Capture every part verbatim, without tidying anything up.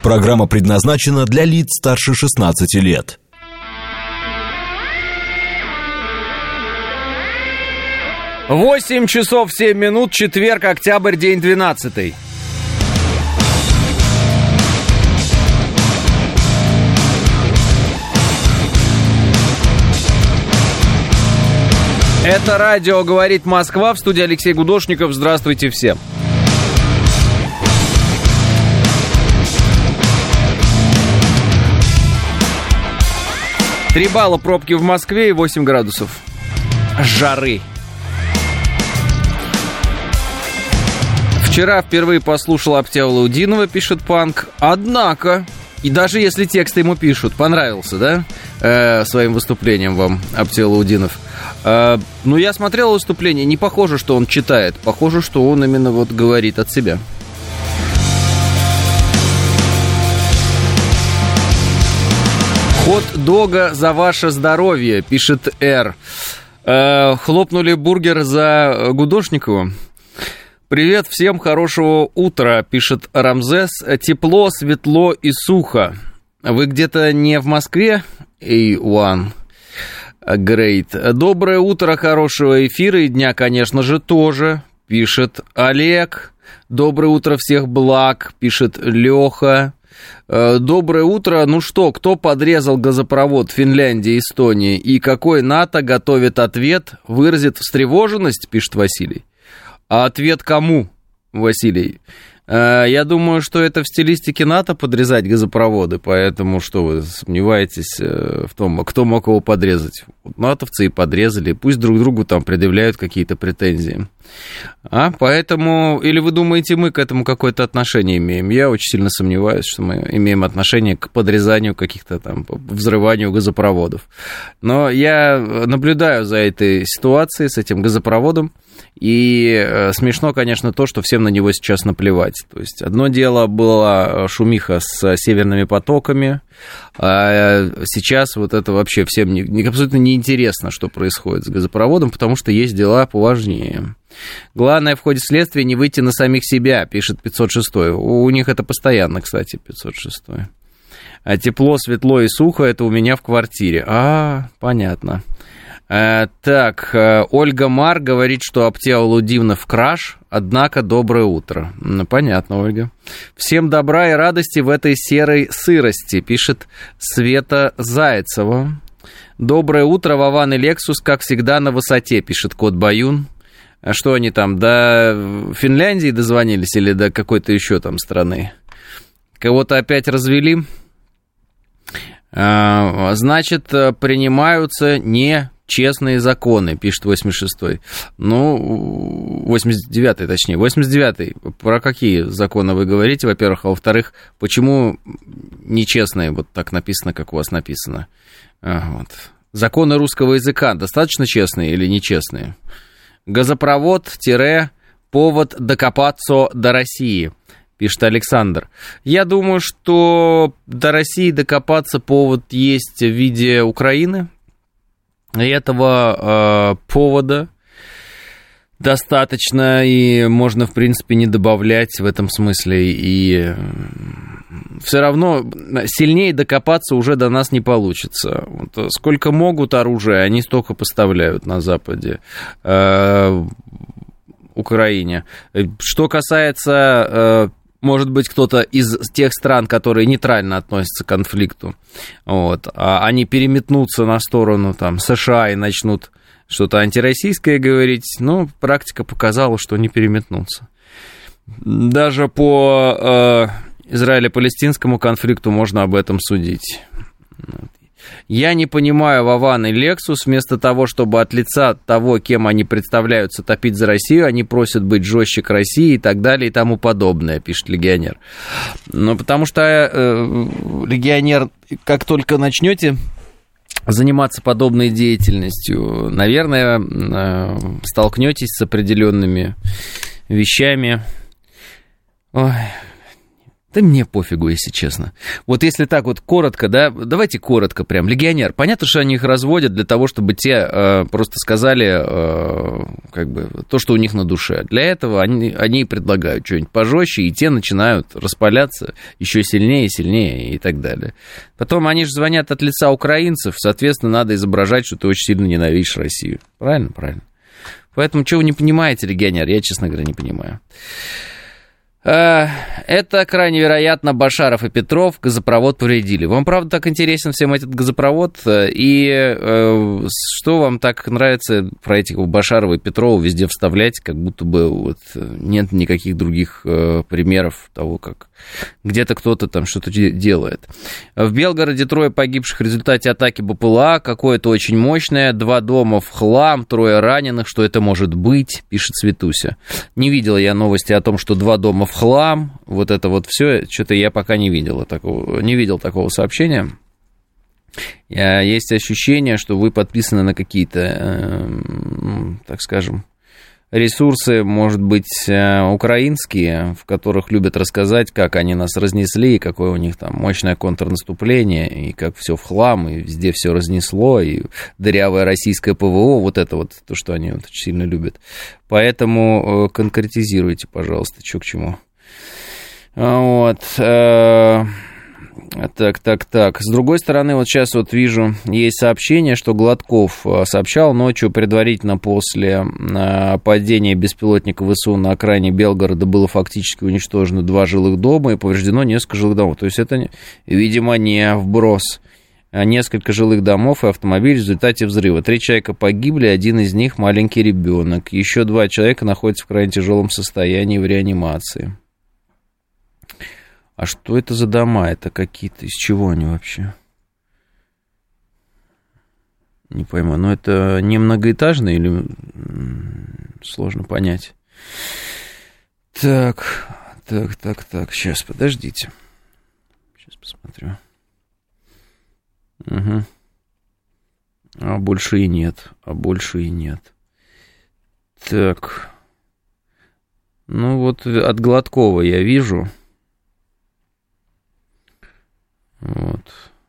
Программа предназначена для лиц старше шестнадцати лет. восемь часов семь минут, четверг, октябрь, день двенадцатый. Это радио «Говорит Москва», в студии Алексей Гудошников. Здравствуйте всем. Три балла пробки в Москве и восемь градусов жары. Вчера впервые послушал Аптеолаудинова, пишет Панк. Однако, и даже если текст ему пишут, понравился, да, э, своим выступлением вам Аптеолаудинов. Э, ну, я смотрел выступление, не похоже, что он читает, похоже, что он именно вот говорит от себя. Хот-дога за ваше здоровье, пишет Р. Э, хлопнули бургер за Гудошникова. Привет всем, хорошего утра, пишет Рамзес. Тепло, светло и сухо. Вы где-то не в Москве? эй один. Great. Доброе утро, хорошего эфира и дня, конечно же, тоже, пишет Олег. Доброе утро, всех благ, пишет Леха. Доброе утро. Ну что, кто подрезал газопровод Финляндии и Эстонии? И какой НАТО готовит ответ? Выразит встревоженность, пишет Василий. А ответ кому, Василий? Я думаю, что это в стилистике НАТО подрезать газопроводы, поэтому что вы сомневаетесь в том, кто мог его подрезать? Натовцы и подрезали, пусть друг другу там предъявляют какие-то претензии. А, поэтому, или вы думаете, мы к этому какое-то отношение имеем? Я очень сильно сомневаюсь, что мы имеем отношение к подрезанию каких-то там, взрыванию газопроводов. Но я наблюдаю за этой ситуацией, с этим газопроводом, и смешно, конечно, то, что всем на него сейчас наплевать. То есть одно дело была шумиха с северными потоками, а сейчас вот это вообще всем не, абсолютно неинтересно, что происходит с газопроводом, потому что есть дела поважнее. Главное в ходе следствия не выйти на самих себя, пишет пятьсот шестой. У них это постоянно, кстати, пятьсот шестой. А тепло, светло и сухо это у меня в квартире. А, понятно. А, так, Ольга Мар говорит, что Аптеолаудинов краш, однако доброе утро. Ну, понятно, Ольга. Всем добра и радости в этой серой сырости, пишет Света Зайцева. Доброе утро, Вован и Лексус, как всегда, на высоте, пишет Кот Баюн. А что они там, до Финляндии дозвонились или до какой-то еще там страны? Кого-то опять развели? А, значит, принимаются нечестные законы, пишет восемьдесят шестой. Ну, восемьдесят девятый, точнее, восемьдесят девятый. Про какие законы вы говорите, во-первых? А во-вторых, почему нечестные? Вот так написано, как у вас написано. А, вот. Законы русского языка достаточно честные или нечестные? Газопровод-повод докопаться до России, пишет Александр. Я думаю, что до России докопаться повод есть в виде Украины. И этого э, повода достаточно, и можно, в принципе, не добавлять в этом смысле. И все равно сильнее докопаться уже до нас не получится. Вот сколько могут оружия, они столько поставляют на Западе э, Украине. Что касается, э, может быть, кто-то из тех стран, которые нейтрально относятся к конфликту, вот, а они переметнутся на сторону там, США и начнут что-то антироссийское говорить, ну, практика показала, что не переметнутся. Даже по э, израило-палестинскому конфликту можно об этом судить. Я не понимаю Вован и Лексус, вместо того, чтобы от лица того, кем они представляются, топить за Россию, они просят быть жестче к России и так далее и тому подобное, пишет легионер. Ну, потому что, э, легионер, как только начнете заниматься подобной деятельностью, наверное, э, столкнетесь с определенными вещами. Ой. Да мне пофигу, если честно. Вот если так вот коротко, да, давайте коротко прям. Легионер. Понятно, что они их разводят для того, чтобы те э, просто сказали э, как бы то, что у них на душе. Для этого они, они предлагают что-нибудь пожестче, и те начинают распаляться еще сильнее и сильнее и так далее. Потом они же звонят от лица украинцев, соответственно, надо изображать, что ты очень сильно ненавидишь Россию. Правильно? Правильно. Поэтому, что вы не понимаете, легионер, я, честно говоря, не понимаю. Это крайне вероятно Башаров и Петров газопровод повредили. Вам, правда, так интересен всем этот газопровод? И э, что вам так нравится про этих Башарова и Петрова везде вставлять, как будто бы вот нет никаких других э, примеров того, как где-то кто-то там что-то делает. В Белгороде трое погибших в результате атаки БПЛА, какое-то очень мощное, два дома в хлам, трое раненых, что это может быть, пишет Светуся. Не видел я новости о том, что два дома в хлам, вот это вот все, что-то я пока не видел такого, не видел такого сообщения. Есть ощущение, что вы подписаны на какие-то, э, так скажем, ресурсы, может быть, украинские, в которых любят рассказать, как они нас разнесли, какое у них там мощное контрнаступление, и как все в хлам, и везде все разнесло, и дырявое российское ПВО, вот это вот то, что они вот очень сильно любят. Поэтому конкретизируйте, пожалуйста, что к чему. Вот. Так, так, так. С другой стороны, вот сейчас вот вижу, есть сообщение, что Гладков сообщал ночью предварительно после падения беспилотника ВСУ на окраине Белгорода было фактически уничтожено два жилых дома и повреждено несколько жилых домов. То есть это, видимо, не вброс. Несколько жилых домов и автомобиль в результате взрыва. Три человека погибли, один из них маленький ребенок. Еще два человека находятся в крайне тяжелом состоянии в реанимации. А что это за дома? Это какие-то... Из чего они вообще? Не пойму. Но это не многоэтажные или... Сложно понять. Так, так, так, так. Сейчас, подождите. Сейчас посмотрю. Угу. А больше и нет. А больше и нет. Так. Ну вот от Гладкова я вижу... Вот.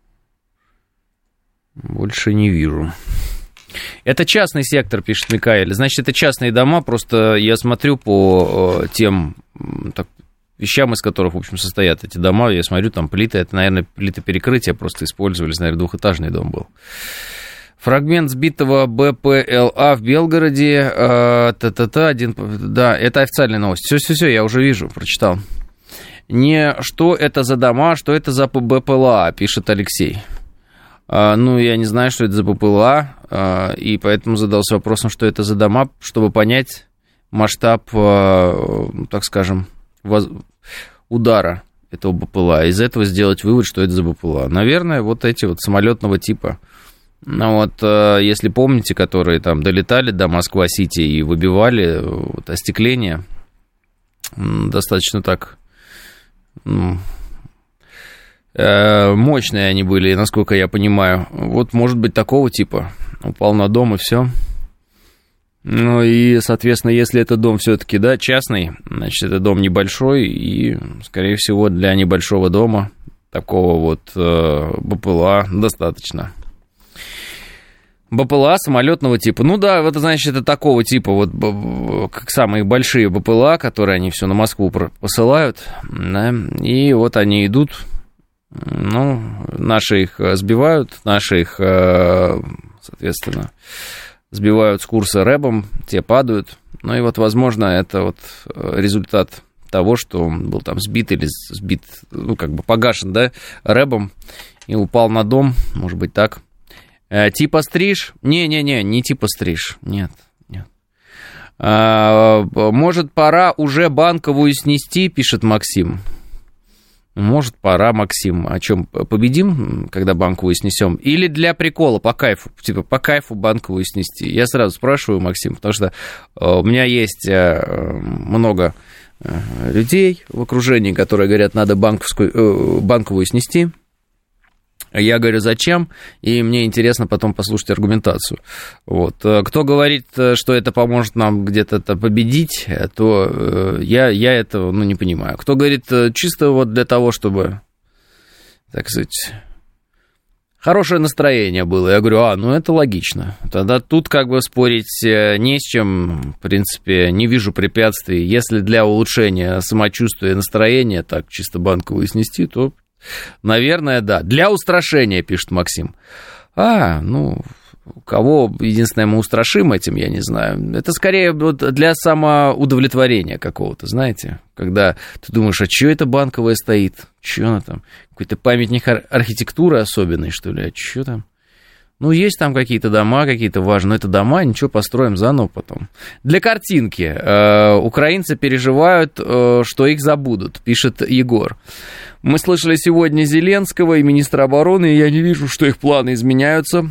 Больше не вижу. Это частный сектор, пишет Микаэль. Значит, это частные дома. Просто я смотрю по тем так, вещам, из которых, в общем, состоят эти дома. Я смотрю, там плиты. Это, наверное, плиты перекрытия просто использовались. Наверное, двухэтажный дом был. Фрагмент сбитого БПЛА в Белгороде. Э, та-та-та, один... Да, это официальная новость. Все-все-все, я уже вижу, прочитал. Не что это за дома, что это за БПЛА, пишет Алексей. А, ну, я не знаю, что это за БПЛА, а, и поэтому задался вопросом, что это за дома, чтобы понять масштаб, а, так скажем, воз... удара этого БПЛА. Из этого сделать вывод, что это за БПЛА. Наверное, вот эти вот самолетного типа. Ну, вот, а, если помните, которые там долетали до Москва-Сити и выбивали вот, остекление, достаточно так... Ну, э, мощные они были, насколько я понимаю. Вот, может быть, такого типа. Упал на дом и все. Ну и, соответственно, если это дом все-таки, да, частный, значит, это дом небольшой, и, скорее всего, для небольшого дома такого вот э, БПЛА достаточно. БПЛА самолетного типа. Ну да, это значит, это такого типа, вот как самые большие БПЛА, которые они все на Москву посылают, да, и вот они идут, ну, наши их сбивают, наши их, соответственно, сбивают с курса рэбом, те падают, ну и вот, возможно, это вот результат того, что он был там сбит или сбит, ну, как бы погашен, да, рэбом и упал на дом, может быть, так. Типа стриж? Не-не-не, не типа стриж. Нет, нет. А, может, пора уже Банковую снести, пишет Максим. Может, пора, Максим. О чем, победим, когда Банковую снесем? Или для прикола, по кайфу? Типа, по кайфу Банковую снести? Я сразу спрашиваю, Максим, потому что у меня есть много людей в окружении, которые говорят, надо банковскую, банковую снести. Я говорю, зачем? И мне интересно потом послушать аргументацию. Вот. Кто говорит, что это поможет нам где-то победить, то я, я этого ну, не понимаю. Кто говорит, чисто вот для того, чтобы, так сказать, хорошее настроение было. Я говорю, а, ну это логично. Тогда тут как бы спорить не с чем, в принципе, не вижу препятствий. Если для улучшения самочувствия и настроения так чисто банковую снести, то... Наверное, да. Для устрашения, пишет Максим. А, ну, кого, единственное, мы устрашим этим, я не знаю. Это скорее вот для самоудовлетворения какого-то, знаете. Когда ты думаешь, а что это банковая стоит? Что она там? Какой-то памятник ар- архитектуры особенный, что ли? А что там? Ну, есть там какие-то дома, какие-то важные, но это дома, ничего, построим заново потом. Для картинки. Э, украинцы переживают, э, что их забудут, пишет Егор. Мы слышали сегодня Зеленского и министра обороны, и я не вижу, что их планы изменяются.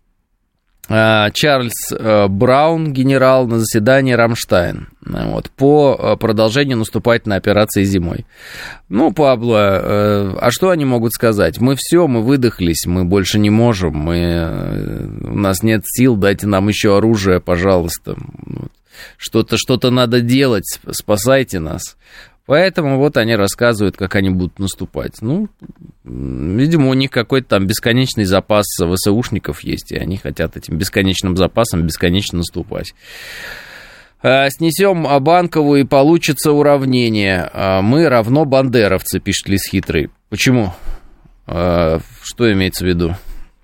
Э, Чарльз э, Браун, генерал, на заседании Рамштайн. Вот, по продолжению наступательной операции зимой. Ну, Пабло, э, а что они могут сказать? Мы все, мы выдохлись, мы больше не можем, мы, э, у нас нет сил, дайте нам еще оружие, пожалуйста. Вот. Что-то, что-то надо делать, спасайте нас. Поэтому вот они рассказывают, как они будут наступать. Ну, видимо, у них какой-то там бесконечный запас ВСУшников есть, и они хотят этим бесконечным запасом бесконечно наступать. Снесем Банкову, и получится уравнение. Мы равно бандеровцы, пишет Лис Хитрый. Почему? Что имеется в виду?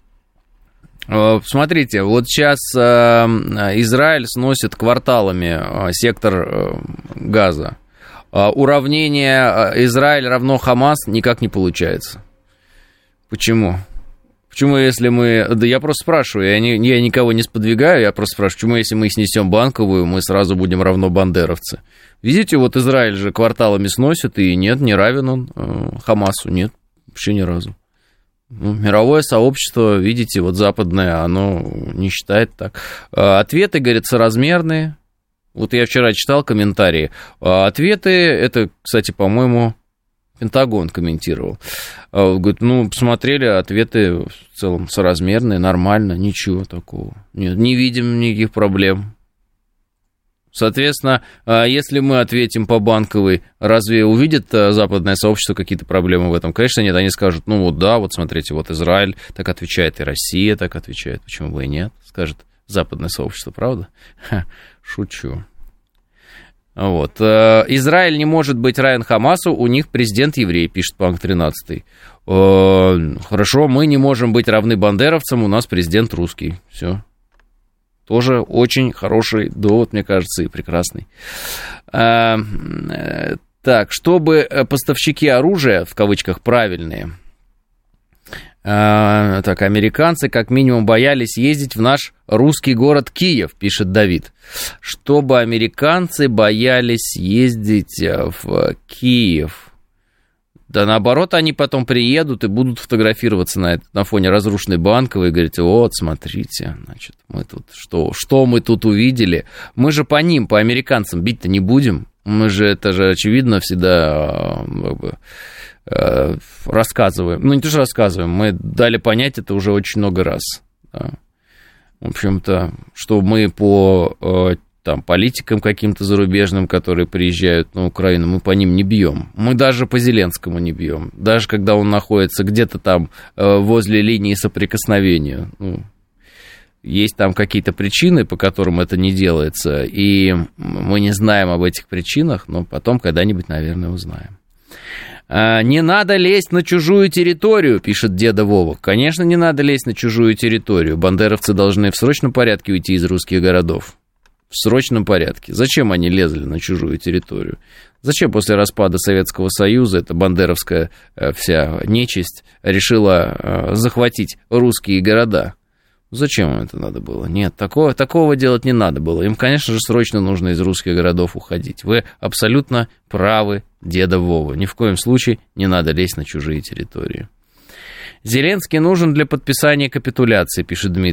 Смотрите, вот сейчас Израиль сносит кварталами сектор Газа. Уравнение Израиль равно Хамас никак не получается. Почему? Почему, если мы... Да я просто спрашиваю, я, не, я никого не сподвигаю, я просто спрашиваю, почему, если мы снесем Банковую, мы сразу будем равно бандеровцы? Видите, вот Израиль же кварталами сносит, и нет, не равен он э, Хамасу, нет, вообще ни разу. Ну, мировое сообщество, видите, вот западное, оно не считает так. Ответы, говорят, соразмерные. Вот я вчера читал комментарии. Ответы, это, кстати, по-моему... Пентагон комментировал. Говорит, ну, посмотрели, ответы в целом соразмерные, нормально, ничего такого. Нет, не видим никаких проблем. Соответственно, если мы ответим по Банковой, разве увидит западное сообщество какие-то проблемы в этом? Конечно, нет, они скажут, ну вот да, вот смотрите, вот Израиль так отвечает, и Россия так отвечает, почему бы и нет, скажет западное сообщество, правда? Ха, шучу. Вот. Израиль не может быть равен Хамасу, у них президент еврей, пишет Панк тринадцатый. Хорошо, мы не можем быть равны бандеровцам, у нас президент русский. Все. Тоже очень хороший довод, мне кажется, и прекрасный. Так, чтобы поставщики оружия, в кавычках, правильные, А, так, американцы как минимум боялись ездить в наш русский город Киев, пишет Давид. Чтобы американцы боялись ездить в Киев. Да наоборот, они потом приедут и будут фотографироваться на, это, на фоне разрушенной Банковой и говорить, вот, смотрите, значит, мы тут, что, что мы тут увидели? Мы же по ним, по американцам бить-то не будем. Мы же, это же очевидно всегда... Как бы, рассказываем, ну не то, что рассказываем, мы дали понять это уже очень много раз. Да. В общем-то, что мы по там, политикам каким-то зарубежным, которые приезжают на Украину, мы по ним не бьем. Мы даже по Зеленскому не бьем. Даже когда он находится где-то там возле линии соприкосновения. Ну, есть там какие-то причины, по которым это не делается, и мы не знаем об этих причинах, но потом когда-нибудь, наверное, узнаем. «Не надо лезть на чужую территорию», пишет деда Вова. Конечно, не надо лезть на чужую территорию. Бандеровцы должны в срочном порядке уйти из русских городов. В срочном порядке. Зачем они лезли на чужую территорию? Зачем после распада Советского Союза эта бандеровская вся нечисть решила захватить русские города? Зачем им это надо было? Нет, такого, такого делать не надо было. Им, конечно же, срочно нужно из русских городов уходить. Вы абсолютно правы, деда Вова. Ни в коем случае не надо лезть на чужие территории. Зеленский нужен для подписания капитуляции, пишет Дмитрий.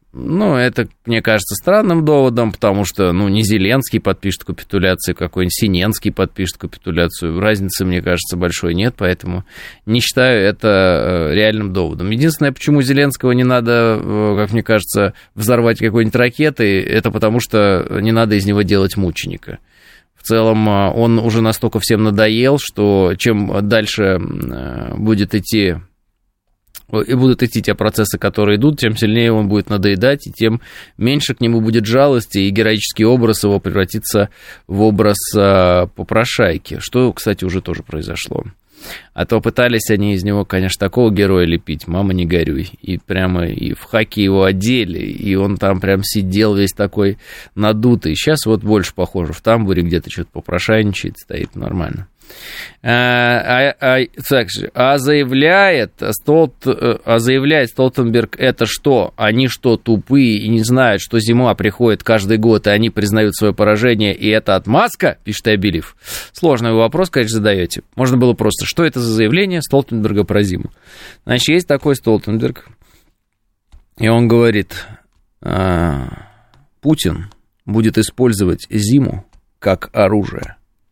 Ну, это, мне кажется, странным доводом, потому что, ну, не Зеленский подпишет капитуляцию, какой-нибудь Синенский подпишет капитуляцию. Разницы, мне кажется, большой нет, поэтому не считаю это реальным доводом. Единственное, почему Зеленского не надо, как мне кажется, взорвать какой-нибудь ракетой, это потому что не надо из него делать мученика. В целом, он уже настолько всем надоел, что чем дальше будет идти... и будут идти те процессы, которые идут, тем сильнее он будет надоедать, и тем меньше к нему будет жалости, и героический образ его превратится в образ а, попрошайки, что, кстати, уже тоже произошло. А то пытались они из него, конечно, такого героя лепить, мама, не горюй. И прямо и в хаки его одели, и он там прям сидел весь такой надутый. Сейчас вот больше похоже, в тамбуре где-то что-то попрошайничает, стоит нормально. А, а, а, так же, а заявляет Столт, а заявляет Столтенберг, это что? Они что, тупые и не знают, что зима приходит каждый год, и они признают свое поражение, и это отмазка? Пишет Абилев. Сложный вопрос, конечно, задаете. Можно было просто, что это за заявление Столтенберга про зиму? Значит, есть такой Столтенберг, и он говорит, Путин будет использовать зиму как оружие.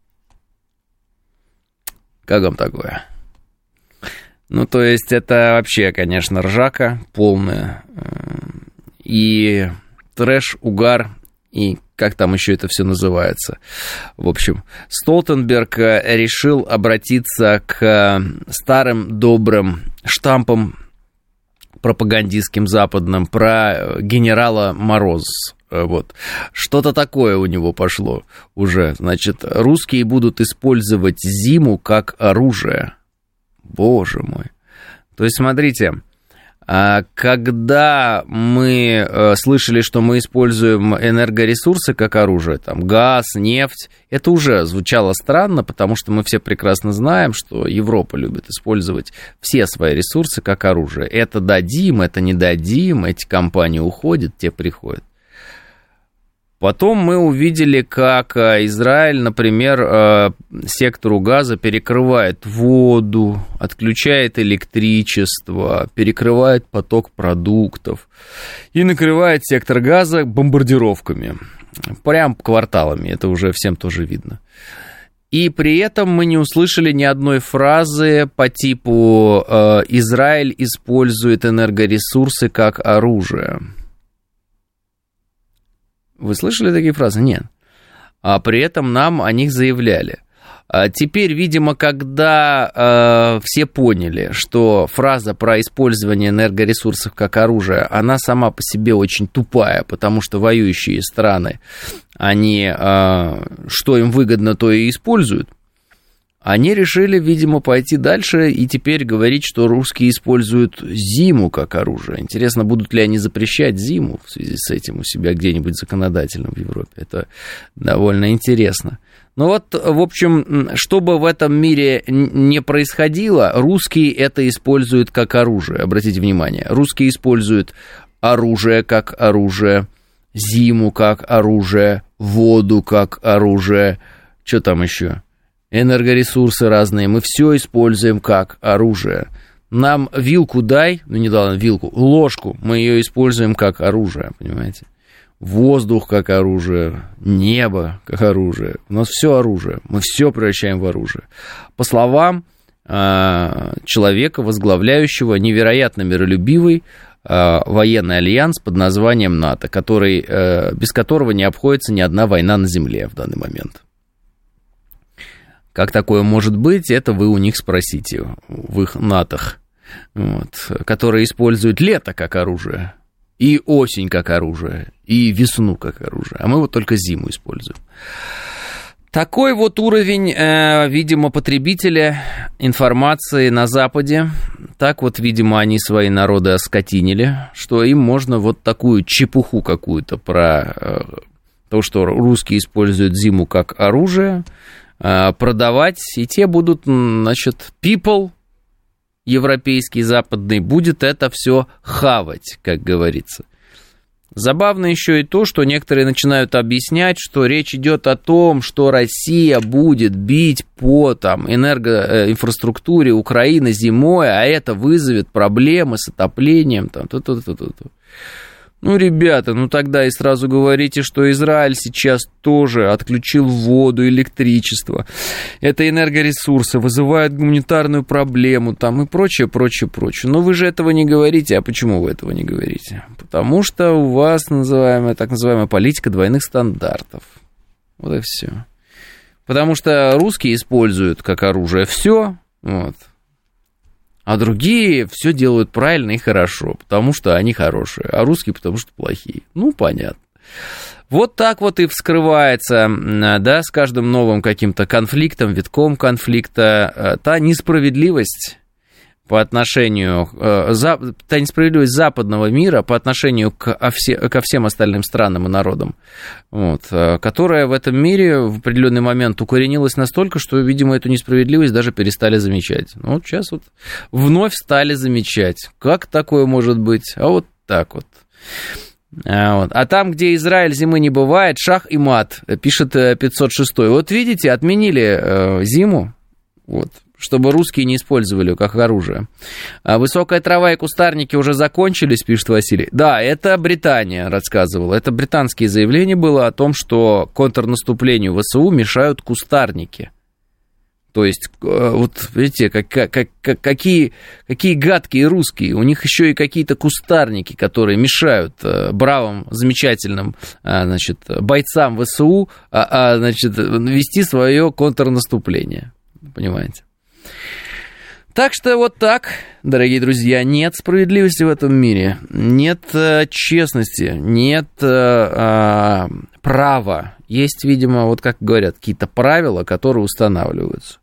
Как вам такое? Ну, то есть, это вообще, конечно, ржака полная. И трэш, угар, и как там еще это все называется. В общем, Столтенберг решил обратиться к старым добрым штампам пропагандистским западным про генерала Мороз. Вот. Что-то такое у него пошло уже. Значит, русские будут использовать зиму как оружие. Боже мой. То есть, смотрите, когда мы слышали, что мы используем энергоресурсы как оружие, там газ, нефть, это уже звучало странно, потому что мы все прекрасно знаем, что Европа любит использовать все свои ресурсы как оружие. Это дадим, это не дадим, эти компании уходят, те приходят. Потом мы увидели, как Израиль, например, сектору газа перекрывает воду, отключает электричество, перекрывает поток продуктов и накрывает сектор газа бомбардировками. Прям кварталами, это уже всем тоже видно. И при этом мы не услышали ни одной фразы по типу «Израиль использует энергоресурсы как оружие». Вы слышали такие фразы? Нет. А при этом нам о них заявляли. А теперь, видимо, когда э, все поняли, что фраза про использование энергоресурсов как оружие, она сама по себе очень тупая, потому что воюющие страны, они э, что им выгодно, то и используют. Они решили, видимо, пойти дальше и теперь говорить, что русские используют зиму как оружие. Интересно, будут ли они запрещать зиму в связи с этим у себя где-нибудь законодательно в Европе. Это довольно интересно. Ну вот, в общем, что бы в этом мире не происходило, русские это используют как оружие. Обратите внимание, русские используют оружие как оружие, зиму как оружие, воду как оружие. Что там еще? Энергоресурсы разные, мы все используем как оружие. Нам вилку дай, ну не дал вилку, ложку, мы ее используем как оружие, понимаете? Воздух как оружие, небо как оружие. У нас все оружие, мы все превращаем в оружие. По словам э, человека, возглавляющего невероятно миролюбивый э, военный альянс под названием НАТО, который, э, без которого не обходится ни одна война на Земле в данный момент. Как такое может быть, это вы у них спросите, в их натах, вот, которые используют лето как оружие, и осень как оружие, и весну как оружие, а мы вот только зиму используем. Такой вот уровень, э, видимо, потребителя информации на Западе. Так вот, видимо, они свои народы оскотинили, что им можно вот такую чепуху какую-то про э, то, что русские используют зиму как оружие, продавать, и те будут, значит, people европейский, западный, будет это все хавать, как говорится. Забавно еще и то, что некоторые начинают объяснять, что речь идет о том, что Россия будет бить по там, энергоинфраструктуре Украины зимой, а это вызовет проблемы с отоплением. Там, ту-ту-ту-ту-ту. Ну, ребята, ну тогда и сразу говорите, что Израиль сейчас тоже отключил воду, электричество. Это энергоресурсы, вызывают гуманитарную проблему там и прочее, прочее, прочее. Но вы же этого не говорите. А почему вы этого не говорите? Потому что у вас называемая, так называемая политика двойных стандартов. Вот и все. Потому что русские используют как оружие все, вот. А другие все делают правильно и хорошо, потому что они хорошие, а русские потому что плохие. Ну, понятно. Вот так вот и вскрывается, да, с каждым новым каким-то конфликтом, витком конфликта, та несправедливость по отношению, та несправедливость западного мира по отношению к, ко всем остальным странам и народам, вот, которая в этом мире в определенный момент укоренилась настолько, что, видимо, эту несправедливость даже перестали замечать. Ну, вот сейчас вот вновь стали замечать. Как такое может быть? А вот так вот. А, вот. А там, где Израиль зимы не бывает, шах и мат, пишет пятьсот шестой. Вот видите, отменили э, зиму, вот, чтобы русские не использовали как оружие. Высокая трава и кустарники уже закончились, пишет Василий. Да, это Британия рассказывала. Это британские заявления было о том, что контрнаступлению ВСУ мешают кустарники. То есть, вот видите, как, как, как, какие, какие гадкие русские. У них еще и какие-то кустарники, которые мешают бравым, замечательным, значит, бойцам ВСУ, значит, вести свое контрнаступление. Понимаете? Так что вот так, дорогие друзья, нет справедливости в этом мире, нет э, честности, нет э, э, права. Есть, видимо, вот как говорят, какие-то правила, которые устанавливаются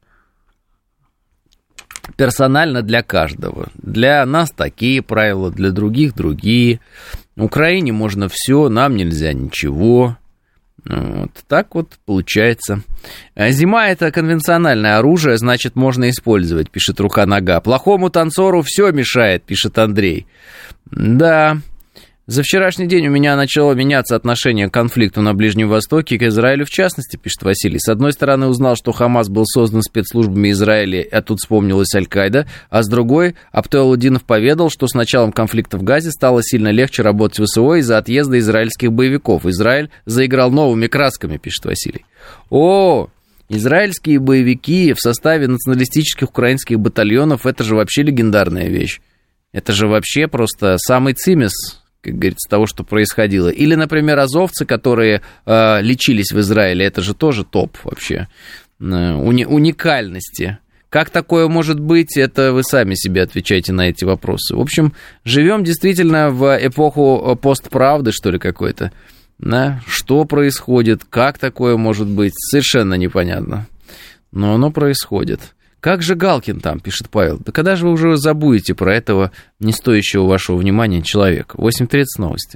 персонально для каждого. Для нас такие правила, для других другие. Украине можно все, нам нельзя ничего. Вот так вот получается. Зима — это конвенциональное оружие, значит, можно использовать, пишет Рука-Нога. Плохому танцору все мешает, пишет Андрей. Да, за вчерашний день у меня начало меняться отношение к конфликту на Ближнем Востоке и к Израилю в частности, пишет Василий. С одной стороны, узнал, что Хамас был создан спецслужбами Израиля, а тут вспомнилась Аль-Каида, а с другой, Абтел-Удинов поведал, что с началом конфликта в Газе стало сильно легче работать в ВСО из-за отъезда израильских боевиков. Израиль заиграл новыми красками, пишет Василий. О, израильские боевики в составе националистических украинских батальонов, это же вообще легендарная вещь. Это же вообще просто самый цимес, как говорится, того, что происходило. Или, например, азовцы, которые э, лечились в Израиле, это же тоже топ вообще э, уни- уникальности. Как такое может быть, это вы сами себе отвечаете на эти вопросы. В общем, живем действительно в эпоху постправды, что ли, какой-то. Да? Что происходит, как такое может быть, совершенно непонятно. Но оно происходит. Как же Галкин там, пишет Павел. Да когда же вы уже забудете про этого не стоящего вашего внимания человека? восемь тридцать новости.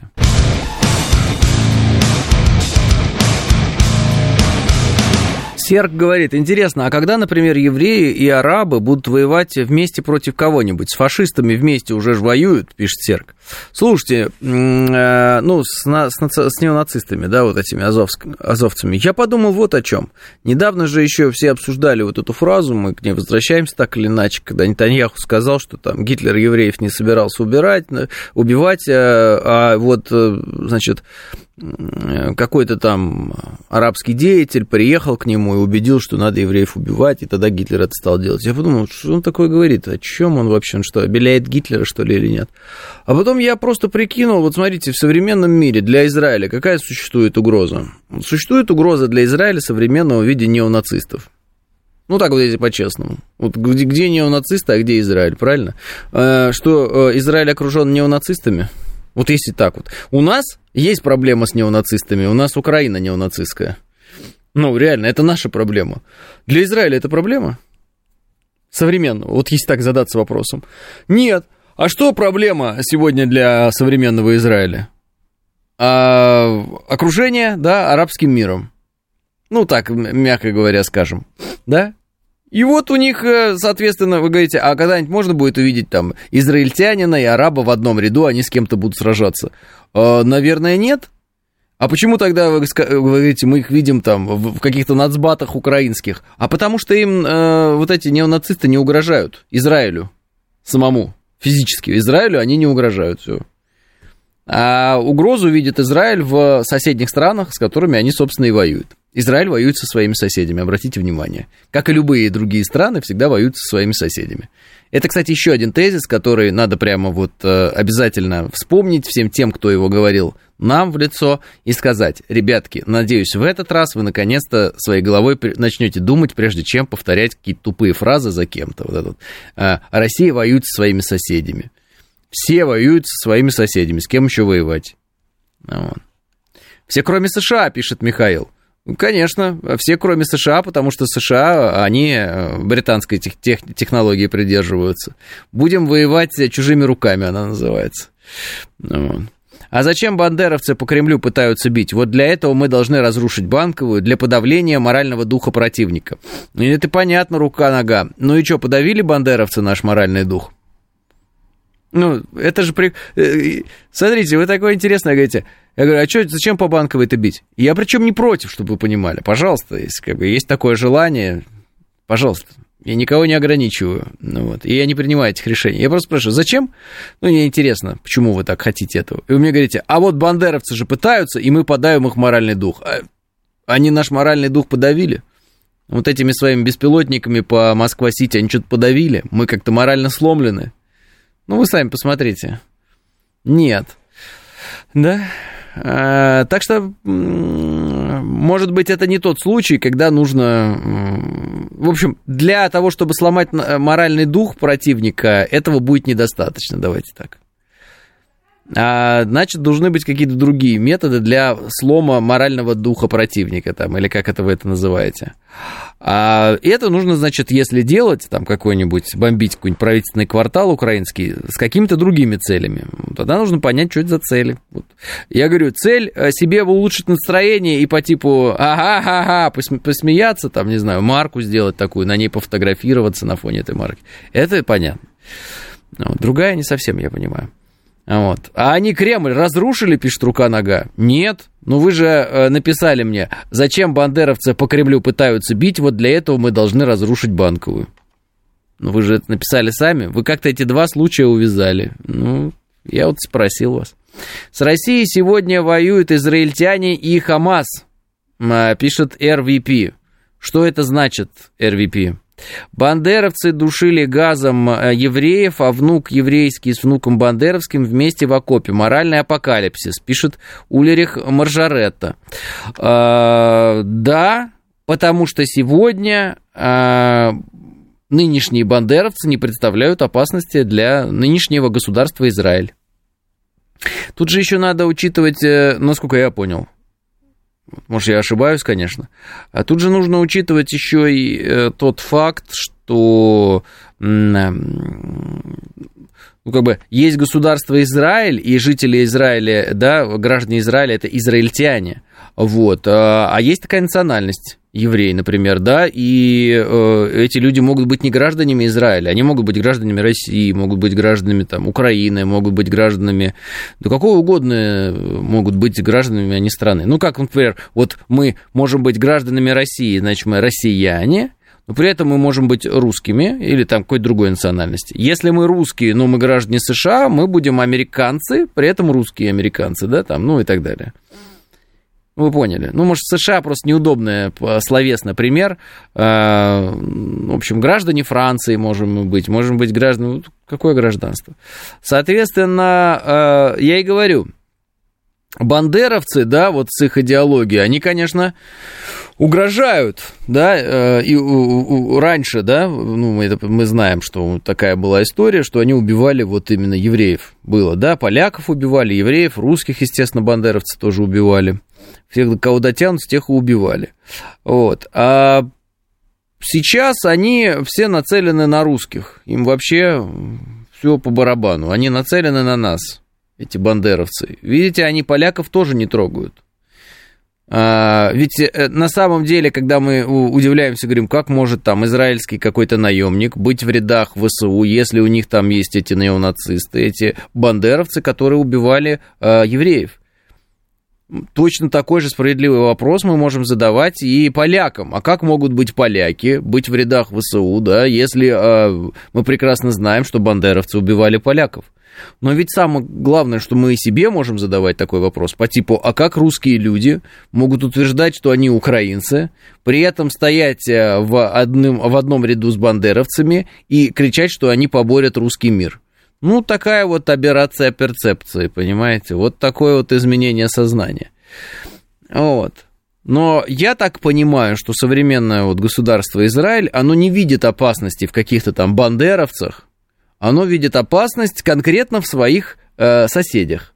Серг говорит, интересно, а когда, например, евреи и арабы будут воевать вместе против кого-нибудь? С фашистами вместе уже ж воюют, пишет Серг. Слушайте, э, ну, с, на, с, с неонацистами, да, вот этими азовск, азовцами. Я подумал вот о чем. Недавно же еще все обсуждали вот эту фразу, мы к ней возвращаемся так или иначе, когда Нетаньяху сказал, что там Гитлер евреев не собирался убирать, убивать, а, а вот, значит, какой-то там арабский деятель приехал к нему и убедил, что надо евреев убивать, и тогда Гитлер это стал делать. Я подумал, что он такое говорит, о чем он вообще, он что, обеляет Гитлера, что ли, или нет? А потом я просто прикинул, вот смотрите, в современном мире для Израиля какая существует угроза? Существует угроза для Израиля современного в виде неонацистов. Ну, так вот, если по-честному. Вот где, где неонацисты, а где Израиль, правильно? Что Израиль окружен неонацистами? Вот если так вот. У нас есть проблема с неонацистами, у нас Украина неонацистская. Ну, реально, это наша проблема. Для Израиля это проблема? Современного, вот если так задаться вопросом. Нет. А что проблема сегодня для современного Израиля? А, окружение, да, арабским миром. Ну, так, мягко говоря, скажем. Да? И вот у них, соответственно, вы говорите, а когда-нибудь можно будет увидеть там израильтянина и араба в одном ряду, они с кем-то будут сражаться? Э, наверное, нет. А почему тогда, вы говорите, мы их видим там в каких-то нацбатах украинских? А потому что им э, вот эти неонацисты не угрожают Израилю самому, физически. Израилю они не угрожают, все. А угрозу видит Израиль в соседних странах, с которыми они, собственно, и воюют. Израиль воюет со своими соседями, обратите внимание. Как и любые другие страны, всегда воюют со своими соседями. Это, кстати, еще один тезис, который надо прямо вот обязательно вспомнить всем тем, кто его говорил нам в лицо, и сказать: ребятки, надеюсь, в этот раз вы наконец-то своей головой начнете думать, прежде чем повторять какие-то тупые фразы за кем-то. Вот это вот. А Россия воюет со своими соседями. Все воюют со своими соседями. С кем еще воевать? Вот. Все, кроме США, пишет Михаил. Конечно, все, кроме США, потому что США, они британской тех, тех, технологии придерживаются. Будем воевать чужими руками, она называется. Вот. А зачем бандеровцы по Кремлю пытаются бить? Вот для этого мы должны разрушить Банковую, для подавления морального духа противника. Ну, это понятно, рука-нога. Ну и что, подавили бандеровцы наш моральный дух? Ну, это же... При... Смотрите, вы такое интересное говорите. Я говорю, а что, зачем по Банковой-то бить? Я причем не против, чтобы вы понимали. Пожалуйста, если как бы, есть такое желание, пожалуйста. Я никого не ограничиваю. Ну, вот, и я не принимаю этих решений. Я просто спрашиваю, зачем? Ну, мне интересно, почему вы так хотите этого. И вы мне говорите, а вот бандеровцы же пытаются, и мы подавим их моральный дух. А они наш моральный дух подавили? Вот этими своими беспилотниками по Москва-Сити они что-то подавили? Мы как-то морально сломлены? Ну, вы сами посмотрите. Нет. Да? А, так что, может быть, это не тот случай, когда нужно... В общем, для того, чтобы сломать моральный дух противника, этого будет недостаточно, давайте так. А, значит, должны быть какие-то другие методы для слома морального духа противника, там, или как это вы это называете. А это нужно, значит, если делать, там, какой-нибудь, бомбить какой-нибудь правительственный квартал украинский с какими-то другими целями, тогда нужно понять, что это за цели. Вот. Я говорю, цель себе улучшить настроение и по типу ага-ага-ага, посмеяться, там, не знаю, марку сделать такую, на ней пофотографироваться на фоне этой марки. Это понятно. Вот. Другая не совсем, я понимаю. Вот. А они Кремль разрушили, пишет рука-нога? Нет. Ну вы же э, написали мне, зачем бандеровцы по Кремлю пытаются бить, вот для этого мы должны разрушить Банковую. Ну вы же это написали сами, вы как-то эти два случая увязали. Ну, я вот спросил вас. С Россией сегодня воюют израильтяне и Хамас, э, пишет эр ви пи. Что это значит, эр ви пи? Бандеровцы душили газом евреев, а внук еврейский с внуком бандеровским вместе в окопе. Моральный апокалипсис, пишет Ульрих Маржаретта. А, да, потому что сегодня а, нынешние бандеровцы не представляют опасности для нынешнего государства Израиль. Тут же еще надо учитывать, насколько я понял, может, я ошибаюсь, конечно. А тут же нужно учитывать еще и э, тот факт, что э, ну, как бы есть государство Израиль, и жители Израиля, да, граждане Израиля, это израильтяне. Вот. А, а есть такая национальность, евреи, например, да, и э, эти люди могут быть не гражданами Израиля, они могут быть гражданами России, могут быть гражданами там, Украины, могут быть гражданами, да какого угодно могут быть гражданами, а не страны. Ну, как, например, вот мы можем быть гражданами России, значит, мы россияне, но при этом мы можем быть русскими или там какой-то другой национальности. Если мы русские, но мы граждане США, мы будем американцы, при этом русские американцы, да, там, ну и так далее. Вы поняли. Ну, может, США просто неудобный словесный пример. В общем, граждане Франции можем мы быть, можем быть гражданами... Какое гражданство? Соответственно, я и говорю, бандеровцы, да, вот с их идеологией, они, конечно, угрожают, да, и раньше, да, ну, это мы знаем, что такая была история, что они убивали вот именно евреев. Было, да, поляков убивали, евреев, русских, естественно, бандеровцы тоже убивали. Всех, кого дотянутся, тех и убивали. Вот. А сейчас они все нацелены на русских. Им вообще все по барабану. Они нацелены на нас, эти бандеровцы. Видите, они поляков тоже не трогают. А, ведь на самом деле, когда мы удивляемся, говорим, как может там израильский какой-то наемник быть в рядах ВСУ, если у них там есть эти неонацисты, эти бандеровцы, которые убивали а, евреев. Точно такой же справедливый вопрос мы можем задавать и полякам. А как могут быть поляки, быть в рядах ВСУ, да, если э, мы прекрасно знаем, что бандеровцы убивали поляков? Но ведь самое главное, что мы себе можем задавать такой вопрос по типу, а как русские люди могут утверждать, что они украинцы, при этом стоять в, одном, в одном ряду с бандеровцами и кричать, что они поборят русский мир? Ну, такая вот аберрация перцепции, понимаете? Вот такое вот изменение сознания. Вот. Но я так понимаю, что современное вот государство Израиль, оно не видит опасности в каких-то там бандеровцах, оно видит опасность конкретно в своих э, соседях.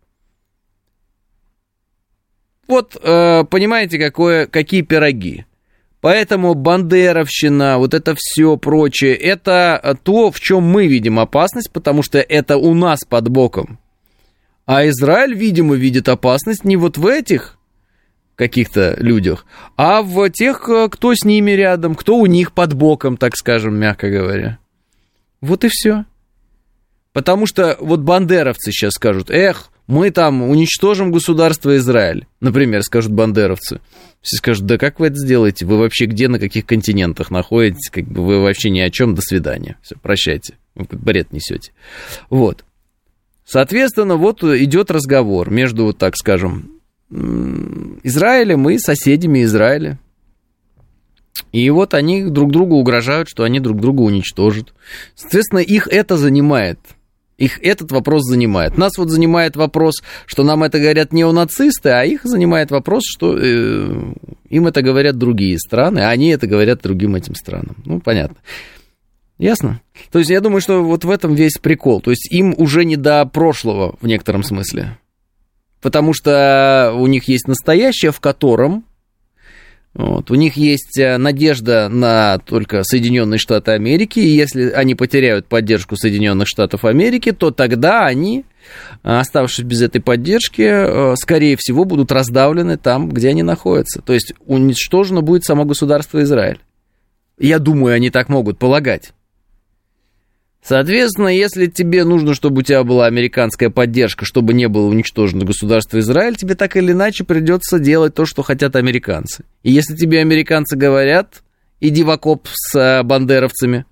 Вот, э, понимаете, какое, какие пироги. Поэтому бандеровщина, вот это все прочее, это то, в чем мы видим опасность, потому что это у нас под боком. А Израиль, видимо, видит опасность не вот в этих каких-то людях, а в тех, кто с ними рядом, кто у них под боком, так скажем, мягко говоря. Вот и все. Потому что вот бандеровцы сейчас скажут, эх, мы там уничтожим государство Израиль, например, скажут бандеровцы. Все скажут, да как вы это сделаете? Вы вообще где, на каких континентах находитесь? Как бы вы вообще ни о чем, до свидания. Все, прощайте. Вы бред несете. Вот. Соответственно, вот идет разговор между, вот так скажем, Израилем и соседями Израиля. И вот они друг другу угрожают, что они друг друга уничтожат. Соответственно, их это занимает. Их этот вопрос занимает. Нас вот занимает вопрос, что нам это говорят неонацисты, а их занимает вопрос, что э, им это говорят другие страны, а они это говорят другим этим странам. Ну, понятно. Ясно? То есть я думаю, что вот в этом весь прикол. То есть им уже не до прошлого в некотором смысле. Потому что у них есть настоящее, в котором вот, у них есть надежда на только Соединенные Штаты Америки, и если они потеряют поддержку Соединенных Штатов Америки, то тогда они, оставшись без этой поддержки, скорее всего, будут раздавлены там, где они находятся. То есть уничтожено будет само государство Израиль. Я думаю, они так могут полагать. Соответственно, если тебе нужно, чтобы у тебя была американская поддержка, чтобы не было уничтожено государство Израиль, тебе так или иначе придется делать то, что хотят американцы. И если тебе американцы говорят, иди в окоп с бандеровцами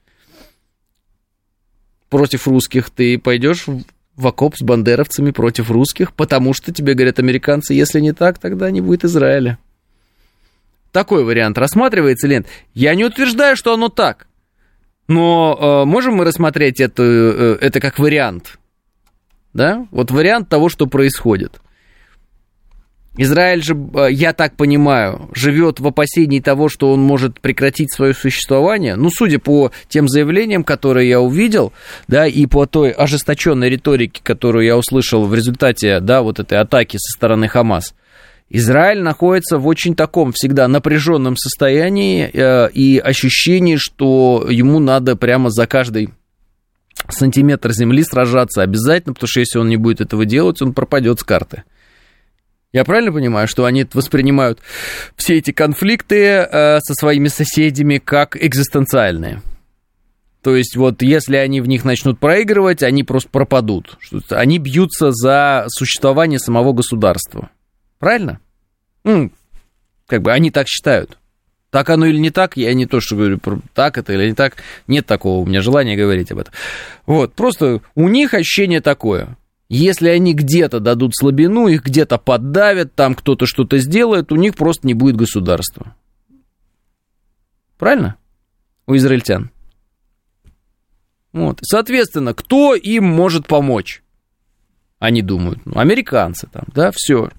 против русских, ты пойдешь в окоп с бандеровцами против русских, потому что тебе говорят американцы, если не так, тогда не будет Израиля. Такой вариант рассматривается, Лен. Я не утверждаю, что оно так. Но э, можем мы рассмотреть это, э, это как вариант, да? Вот вариант того, что происходит. Израиль же, э, я так понимаю, живет в опасении того, что он может прекратить свое существование. Ну, судя по тем заявлениям, которые я увидел, да, и по той ожесточенной риторике, которую я услышал в результате, да, вот этой атаки со стороны Хамас. Израиль находится в очень таком всегда напряженном состоянии э, и ощущении, что ему надо прямо за каждый сантиметр земли сражаться обязательно, потому что если он не будет этого делать, он пропадет с карты. Я правильно понимаю, что они воспринимают все эти конфликты э, со своими соседями как экзистенциальные? То есть вот если они в них начнут проигрывать, они просто пропадут. Они бьются за существование самого государства. Правильно? Ну, как бы они так считают. Так оно или не так, я не то, что говорю, так это или не так. Нет такого у меня желания говорить об этом. Вот, просто у них ощущение такое. Если они где-то дадут слабину, их где-то поддавят, там кто-то что-то сделает, у них просто не будет государства. Правильно? У израильтян. Вот. Соответственно, кто им может помочь? Они думают, ну, американцы там, да, все.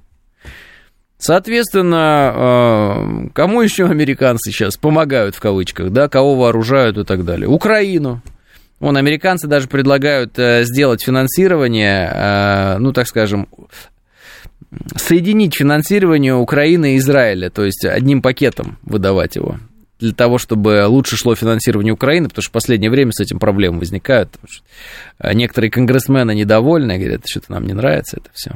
Соответственно, кому еще американцы сейчас помогают, в кавычках, да, кого вооружают и так далее? Украину. Вон, американцы даже предлагают сделать финансирование, ну, так скажем, соединить финансирование Украины и Израиля, то есть одним пакетом выдавать его, для того, чтобы лучше шло финансирование Украины, потому что в последнее время с этим проблемы возникают. Некоторые конгрессмены недовольны, говорят, что-то нам не нравится это все.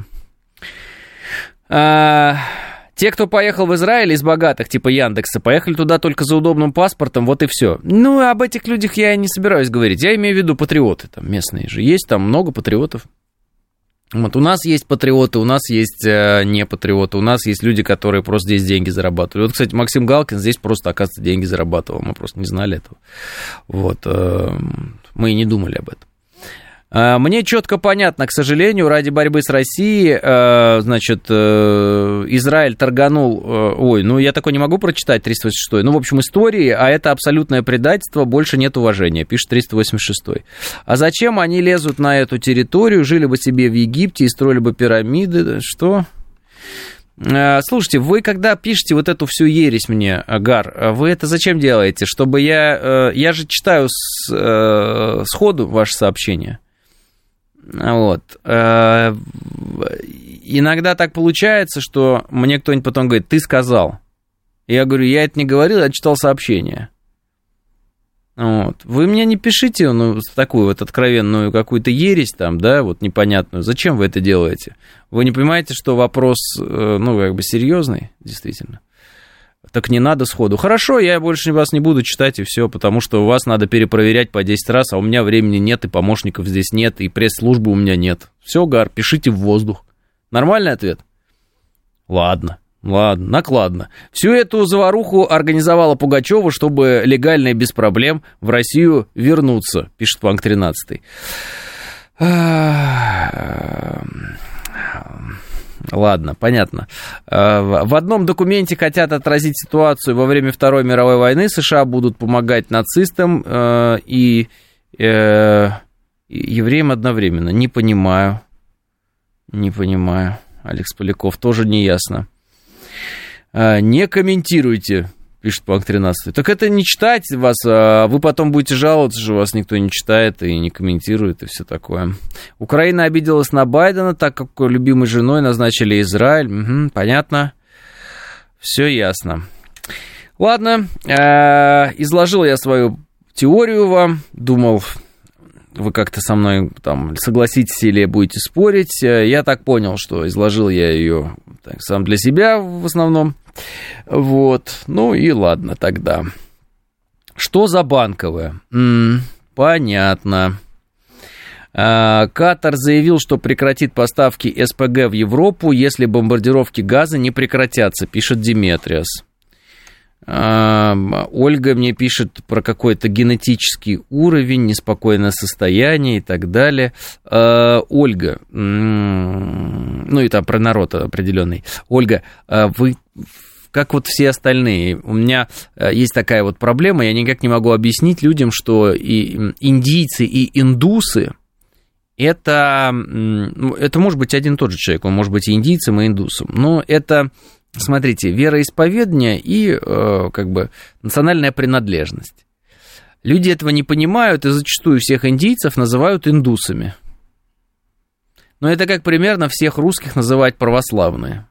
А, те, кто поехал в Израиль из богатых, типа Яндекса, поехали туда только за удобным паспортом, вот и все. Ну, об этих людях я не собираюсь говорить. Я имею в виду патриоты там местные же. Есть там много патриотов. Вот у нас есть патриоты, у нас есть э, не патриоты, у нас есть люди, которые просто здесь деньги зарабатывают. Вот, кстати, Максим Галкин здесь просто, оказывается, деньги зарабатывал. Мы просто не знали этого. Вот. Э, мы и не думали об этом. Мне четко понятно, к сожалению, ради борьбы с Россией, значит, Израиль торганул, ой, ну я такое не могу прочитать, триста восемьдесят шестой, ну, в общем, истории, а это абсолютное предательство, больше нет уважения, пишет триста восемьдесят шестой. А зачем они лезут на эту территорию, жили бы себе в Египте и строили бы пирамиды, что... Слушайте, вы когда пишете вот эту всю ересь мне, Гар, вы это зачем делаете? Чтобы я... Я же читаю с, сходу ваше сообщение. Вот. Иногда так получается, что мне кто-нибудь потом говорит, ты сказал. Я говорю, я это не говорил, я читал сообщение. Вот. Вы мне не пишите ну, такую вот откровенную какую-то ересь там, да, вот непонятную. Зачем вы это делаете? Вы не понимаете, что вопрос, ну, как бы серьезный, действительно? Так не надо сходу. Хорошо, я больше вас не буду читать, и все, потому что у вас надо перепроверять по десять раз, а у меня времени нет, и помощников здесь нет, и пресс-службы у меня нет. Все, Гар, пишите в воздух. Нормальный ответ? Ладно. Ладно, накладно. Всю эту заваруху организовала Пугачева, чтобы легально и без проблем в Россию вернуться, пишет Панк тринадцатый. Ладно, понятно. В одном документе хотят отразить ситуацию во время Второй мировой войны. США будут помогать нацистам и евреям одновременно. Не понимаю. Не понимаю. Алекс Поляков, тоже не ясно. Не комментируйте, пишет Панк тринадцатый. Так это не читать вас, а вы потом будете жаловаться, что вас никто не читает и не комментирует и все такое. Украина обиделась на Байдена, так как любимой женой назначили Израиль. Угу, понятно. Все ясно. Ладно, изложил я свою теорию вам, думал... Вы как-то со мной там согласитесь или будете спорить. Я так понял, что изложил я ее так, сам для себя в основном. Вот. Ну и ладно тогда. Что за Банковая? М-м, понятно. А, Катар заявил, что прекратит поставки эс пэ гэ в Европу, если бомбардировки Газа не прекратятся, пишет Диметриас. Ольга мне пишет про какой-то генетический уровень, неспокойное состояние и так далее. Ольга, ну и там про народ определенный. Ольга, вы как вот все остальные, у меня есть такая вот проблема, я никак не могу объяснить людям, что и индийцы, и индусы, это, это может быть один и тот же человек, он может быть и индийцем, и индусом, но это... Смотрите, вероисповедание и э, как бы национальная принадлежность. Люди этого не понимают и зачастую всех индийцев называют индусами. Но это как примерно всех русских называть православные.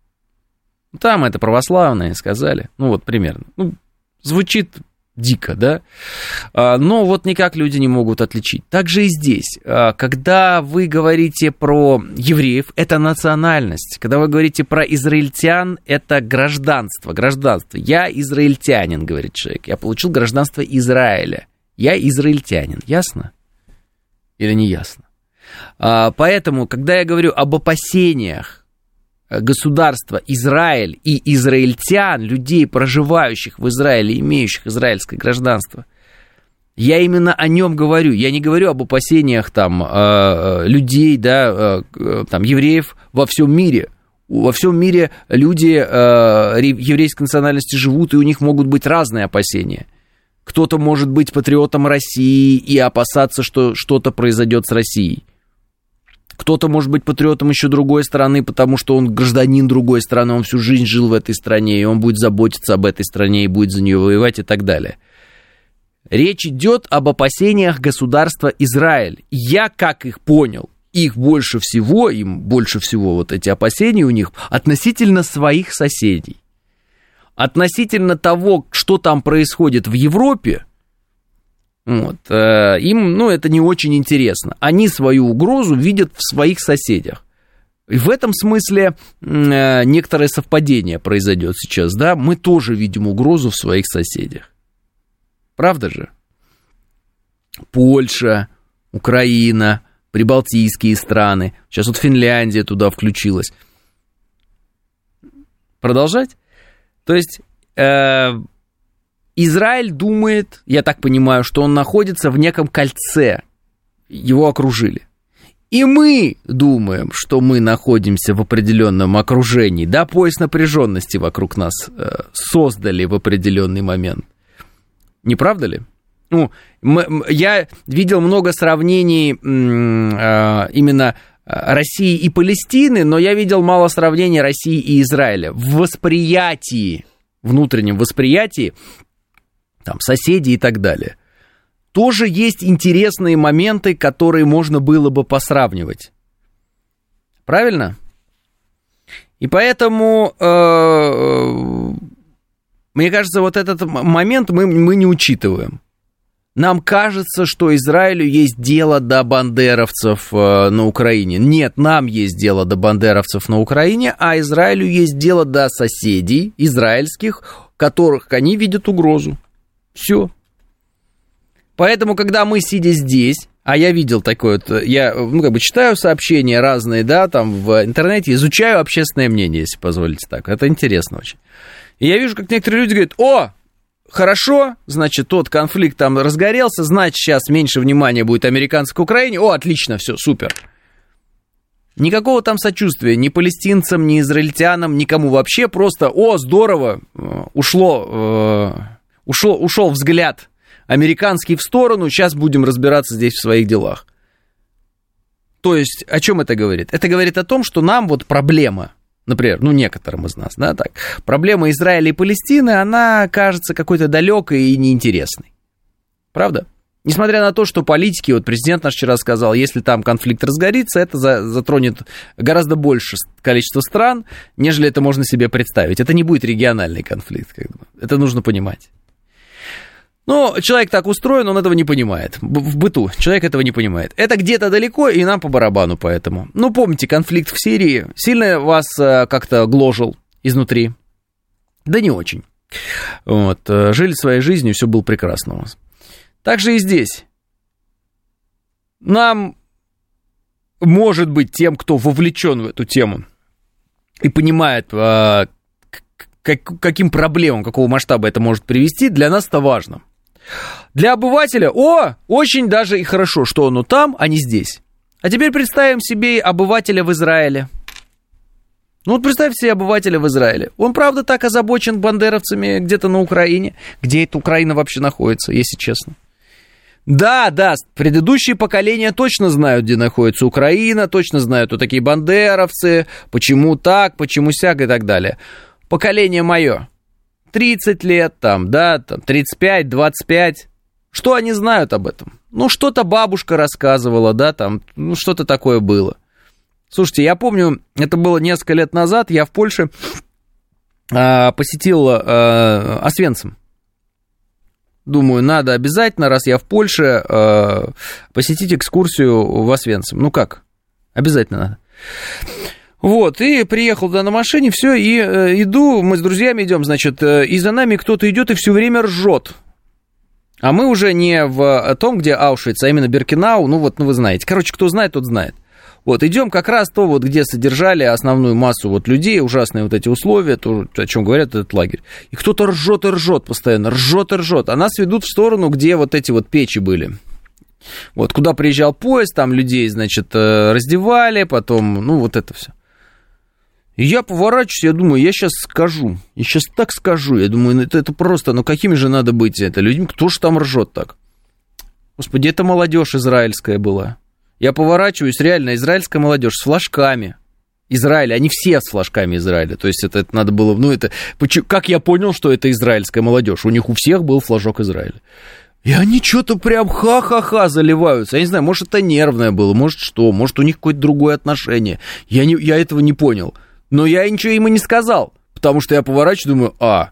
Там это православные сказали. Ну вот примерно. Ну, звучит дико, да? Но вот никак люди не могут отличить. Так же и здесь. Когда вы говорите про евреев, это национальность. Когда вы говорите про израильтян, это гражданство. Гражданство. Я израильтянин, говорит человек. Я получил гражданство Израиля. Я израильтянин. Ясно? Или не ясно? Поэтому, когда я говорю об опасениях государства Израиль и израильтян, людей, проживающих в Израиле, имеющих израильское гражданство, я именно о нем говорю. Я не говорю об опасениях там, людей, да, там, евреев во всем мире. Во всем мире люди еврейской национальности живут, и у них могут быть разные опасения. Кто-то может быть патриотом России и опасаться, что что-то произойдет с Россией. Кто-то может быть патриотом еще другой страны, потому что он гражданин другой страны, он всю жизнь жил в этой стране, и он будет заботиться об этой стране, и будет за нее воевать и так далее. Речь идет об опасениях государства Израиль. Я, как их понял, их больше всего, им больше всего вот эти опасения у них относительно своих соседей. Относительно того, что там происходит в Европе, вот, э, им, ну, это не очень интересно. Они свою угрозу видят в своих соседях. И в этом смысле э, некоторое совпадение произойдет сейчас, да, мы тоже видим угрозу в своих соседях. Правда же? Польша, Украина, прибалтийские страны, сейчас вот Финляндия туда включилась. Продолжать? То есть... Э, Израиль думает, я так понимаю, что он находится в неком кольце его окружили. И мы думаем, что мы находимся в определенном окружении, да, пояс напряженности вокруг нас э, создали в определенный момент. Не правда ли? Ну, мы, я видел много сравнений э, именно России и Палестины, но я видел мало сравнений России и Израиля в восприятии, внутреннем восприятии, там, соседей и так далее. Тоже есть интересные моменты, которые можно было бы посравнивать. Правильно? И поэтому, э, мне кажется, вот этот момент мы, мы не учитываем. Нам кажется, что Израилю есть дело до бандеровцев э, на Украине. Нет, нам есть дело до бандеровцев на Украине, а Израилю есть дело до соседей израильских, которых они видят угрозу. Все. Поэтому, когда мы, сидя здесь, а я видел такое, я, ну, как бы читаю сообщения разные, да, там в интернете, изучаю общественное мнение, если позволите так, это интересно очень. И я вижу, как некоторые люди говорят: о, хорошо, значит, тот конфликт там разгорелся, значит, сейчас меньше внимания будет американской Украине, о, отлично, все, супер. Никакого там сочувствия ни палестинцам, ни израильтянам, никому вообще, просто, о, здорово, ушло, ушло, ушел взгляд американский в сторону, сейчас будем разбираться здесь в своих делах. То есть, о чем это говорит? Это говорит о том, что нам вот проблема, например, ну, некоторым из нас, да, так, проблема Израиля и Палестины, она кажется какой-то далекой и неинтересной. Правда? Несмотря на то, что политики, вот президент наш вчера сказал, если там конфликт разгорится, это за, затронет гораздо больше количество стран, нежели это можно себе представить. Это не будет региональный конфликт, как бы. Это нужно понимать. Но человек так устроен, он этого не понимает. В быту человек этого не понимает. Это где-то далеко, и нам по барабану поэтому. Ну, помните, конфликт в Сирии сильно вас как-то гложил изнутри? Да не очень. Вот. Жили своей жизнью, все было прекрасно у вас. Так же и здесь. Нам, может быть, тем, кто вовлечен в эту тему и понимает, как, каким проблемам, какого масштаба это может привести, для нас это важно. Для обывателя, о, очень даже и хорошо, что оно там, а не здесь. А теперь представим себе обывателя в Израиле. Ну вот представьте себе обывателя в Израиле. Он, правда, так озабочен бандеровцами где-то на Украине. Где эта Украина вообще находится, если честно? Да, да, предыдущие поколения точно знают, где находится Украина, точно знают, кто такие бандеровцы, почему так, почему сяк и так далее. Поколение мое. тридцать лет, там, да, там, тридцать пять, двадцать пять. Что они знают об этом? Ну, что-то бабушка рассказывала, да, там, ну, что-то такое было. Слушайте, я помню, это было несколько лет назад, я в Польше а, посетил а, Освенцим. Думаю, надо обязательно, раз я в Польше, а, посетить экскурсию в Освенцим. Ну как? Обязательно надо. Вот, и приехал туда на машине, все, и э, иду, мы с друзьями идем, значит, э, и за нами кто-то идет и все время ржет. А мы уже не в том, где Аушвиц, а именно Биркенау, ну вот, ну вы знаете. Короче, кто знает, тот знает. Вот, идем как раз то, вот, где содержали основную массу вот людей, ужасные вот эти условия, то, о чем говорят, этот лагерь. И кто-то ржет и ржет постоянно, ржет и ржет. А нас ведут в сторону, где вот эти вот печи были. Вот, куда приезжал поезд, там людей, значит, раздевали, потом, ну, вот это все. И я поворачиваюсь, я думаю, я сейчас скажу, я сейчас так скажу, я думаю, это, это просто, ну какими же надо быть это людьми, кто же там ржет так? Господи, это молодежь израильская была. Я поворачиваюсь, реально, израильская молодежь с флажками Израиля, они все с флажками Израиля, то есть это, это надо было, ну это, как я понял, что это израильская молодежь, у них у всех был флажок Израиля. И они что-то прям ха-ха-ха заливаются. Я не знаю, может, это нервное было, может, что, может, у них какое-то другое отношение. Я, не, я этого не понял. Но я ничего им и не сказал, потому что я поворачиваю, думаю, а,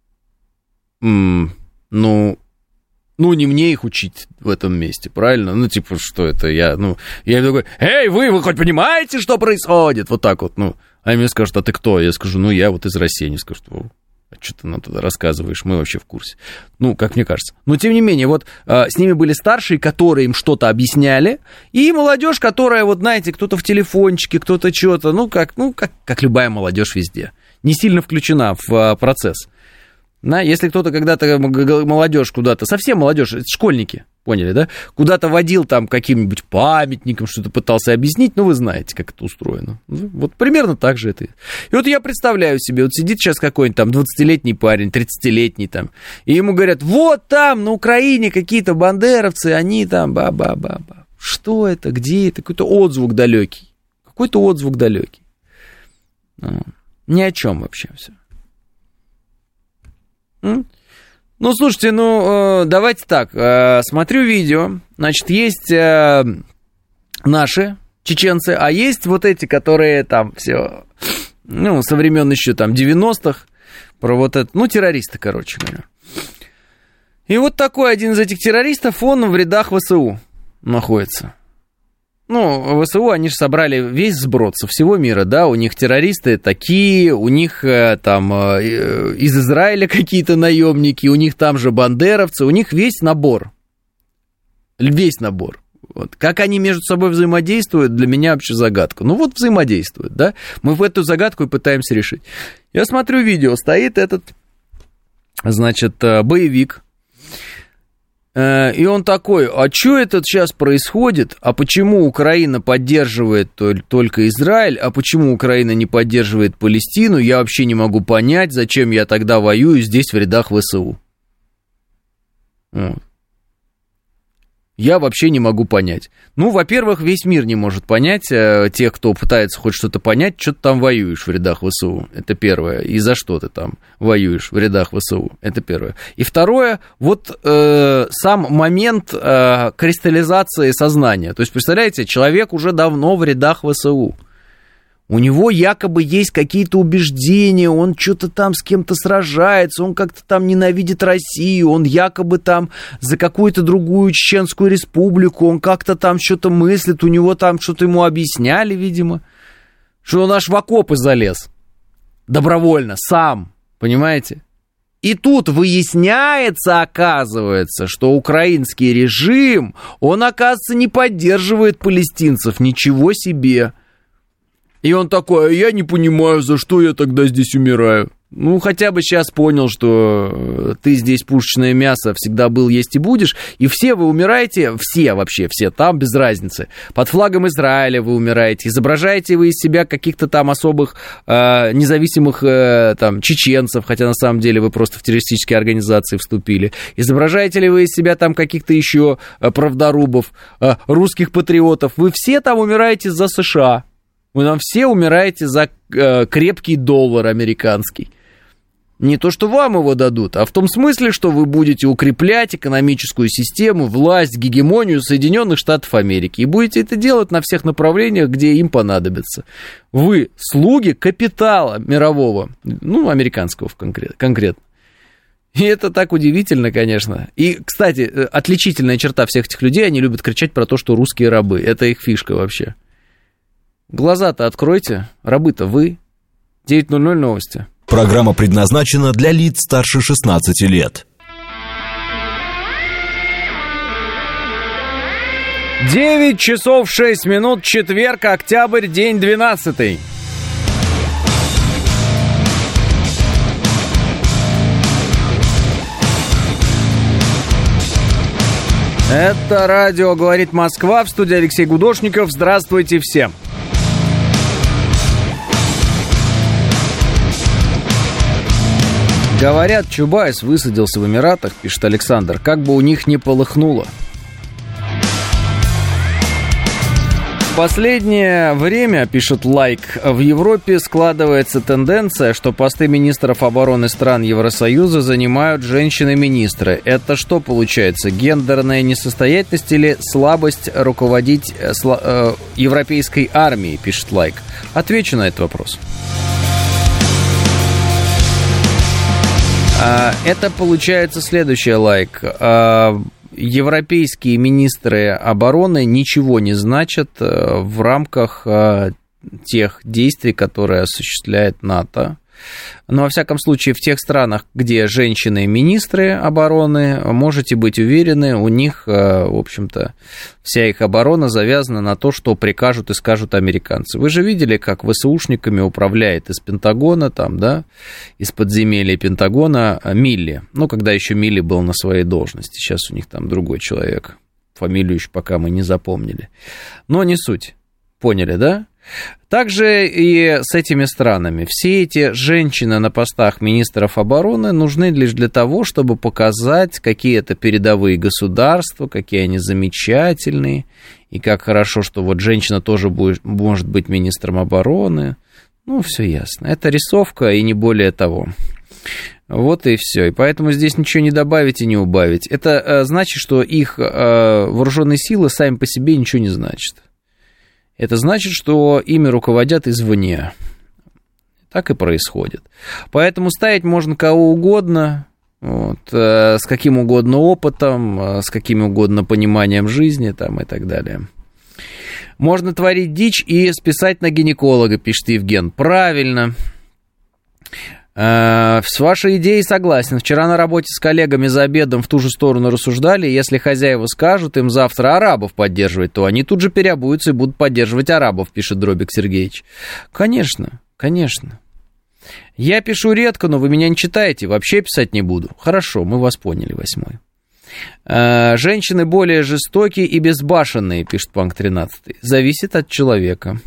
м, ну, ну, не мне их учить в этом месте, правильно? Ну, типа, что это, я, ну, я такой, эй, вы, вы хоть понимаете, что происходит? Вот так вот, ну, а мне скажут, а ты кто? Я скажу, ну, я вот из России, они скажут, а что ты нам туда рассказываешь, мы вообще в курсе. Ну, как мне кажется. Но, тем не менее, вот а, с ними были старшие, которые им что-то объясняли, и молодежь, которая, вот, знаете, кто-то в телефончике, кто-то что-то, ну, как, ну, как, как любая молодежь везде, не сильно включена в а, процесс. Да, если кто-то когда-то молодежь куда-то, совсем молодежь, это школьники, Поняли, да? Куда-то водил там каким-нибудь памятником, что-то пытался объяснить, ну, вы знаете, как это устроено. Вот примерно так же это. И вот я представляю себе, вот сидит сейчас какой-нибудь там двадцатилетний парень, тридцатилетний там, и ему говорят, вот там на Украине какие-то бандеровцы, они там ба-ба-ба-ба. Что это, где это? Какой-то отзвук далекий. Какой-то отзвук далекий. Ну, ни о чем вообще все. Ну, слушайте, ну, давайте так, смотрю видео, значит, есть наши чеченцы, а есть вот эти, которые там все, ну, со времен еще там девяностых, про вот это, ну, террористы, короче говоря. И вот такой один из этих террористов, он в рядах ВСУ находится. Ну, ВСУ, они же собрали весь сброд со всего мира, да, у них террористы такие, у них там из Израиля какие-то наемники, у них там же бандеровцы, у них весь набор, весь набор. Вот. Как они между собой взаимодействуют, для меня вообще загадка. Ну вот взаимодействуют, да, мы в эту загадку и пытаемся решить. Я смотрю видео, стоит этот, значит, боевик. И он такой, а что это сейчас происходит, а почему Украина поддерживает только Израиль, а почему Украина не поддерживает Палестину, я вообще не могу понять, зачем я тогда воюю здесь в рядах ВСУ. Вот. Я вообще не могу понять. Ну, во-первых, весь мир не может понять, э, тех, кто пытается хоть что-то понять, что ты там воюешь в рядах ВСУ, это первое, и за что ты там воюешь в рядах ВСУ, это первое. И второе, вот э, сам момент э, кристаллизации сознания, то есть, представляете, человек уже давно в рядах ВСУ. У него якобы есть какие-то убеждения, он что-то там с кем-то сражается, он как-то там ненавидит Россию, он якобы там за какую-то другую чеченскую республику, он как-то там что-то мыслит, у него там что-то ему объясняли, видимо, что он аж в окопы залез добровольно, сам, понимаете? И тут выясняется, оказывается, что украинский режим, он, оказывается, не поддерживает палестинцев, ничего себе. И он такой, а я не понимаю, за что я тогда здесь умираю. Ну, хотя бы сейчас понял, что ты здесь пушечное мясо всегда был, есть и будешь, и все вы умираете, все вообще, все там, без разницы. Под флагом Израиля вы умираете, изображаете вы из себя каких-то там особых э, независимых э, там чеченцев, хотя на самом деле вы просто в террористические организации вступили. Изображаете ли вы из себя там каких-то еще э, правдорубов, э, русских патриотов, вы все там умираете за США. Вы там все умираете за э, крепкий доллар американский. Не то, что вам его дадут, а в том смысле, что вы будете укреплять экономическую систему, власть, гегемонию Соединенных Штатов Америки. И будете это делать на всех направлениях, где им понадобится. Вы слуги капитала мирового, ну, американского конкрет, конкретно. И это так удивительно, конечно. И, кстати, отличительная черта всех этих людей, они любят кричать про то, что русские рабы. Это их фишка вообще. Глаза-то откройте, рабы-то вы. девять ноль ноль новости. Программа предназначена для лиц старше шестнадцати лет. девять часов шесть минут, четверг, октябрь, день двенадцатый. Это радио «Говорит Москва», в студии Алексей Гудошников. Здравствуйте всем. Говорят, Чубайс высадился в Эмиратах, пишет Александр, как бы у них не полыхнуло. В последнее время, пишет Лайк, в Европе складывается тенденция, что посты министров обороны стран Евросоюза занимают женщины-министры. Это что получается, гендерная несостоятельность или слабость руководить сла- э, европейской армией, пишет Лайк. Отвечу на этот вопрос. Это получается следующее, Лайк. Европейские министры обороны ничего не значат в рамках тех действий, которые осуществляет НАТО. Но, во всяком случае, в тех странах, где женщины-министры обороны, можете быть уверены, у них, в общем-то, вся их оборона завязана на то, что прикажут и скажут американцы. Вы же видели, как ВСУшниками управляет из Пентагона, там, да, из подземелья Пентагона Милли. Ну, когда еще Милли был на своей должности. Сейчас у них там другой человек. Фамилию еще пока мы не запомнили. Но не суть. Поняли, да? Также и с этими странами. Все эти женщины на постах министров обороны нужны лишь для того, чтобы показать, какие это передовые государства, какие они замечательные, и как хорошо, что вот женщина тоже будет, может быть министром обороны. Ну, все ясно. Это рисовка и не более того. Вот и все. И поэтому здесь ничего не добавить и не убавить. Это э, значит, что их э, вооруженные силы сами по себе ничего не значат. Это значит, что ими руководят извне. Так и происходит. Поэтому ставить можно кого угодно, вот, э, с каким угодно опытом, э, с каким угодно пониманием жизни там, и так далее. Можно творить дичь и списать на гинеколога, пишет Евген. Правильно. С вашей идеей согласен. Вчера на работе с коллегами за обедом в ту же сторону рассуждали. Если хозяева скажут им завтра арабов поддерживать, то они тут же переобуются и будут поддерживать арабов, пишет Дробик Сергеевич. Конечно, конечно. Я пишу редко, но вы меня не читаете. Вообще писать не буду. Хорошо, мы вас поняли, восьмой. Женщины более жестокие и безбашенные, пишет Панк тринадцатый. Зависит от человека.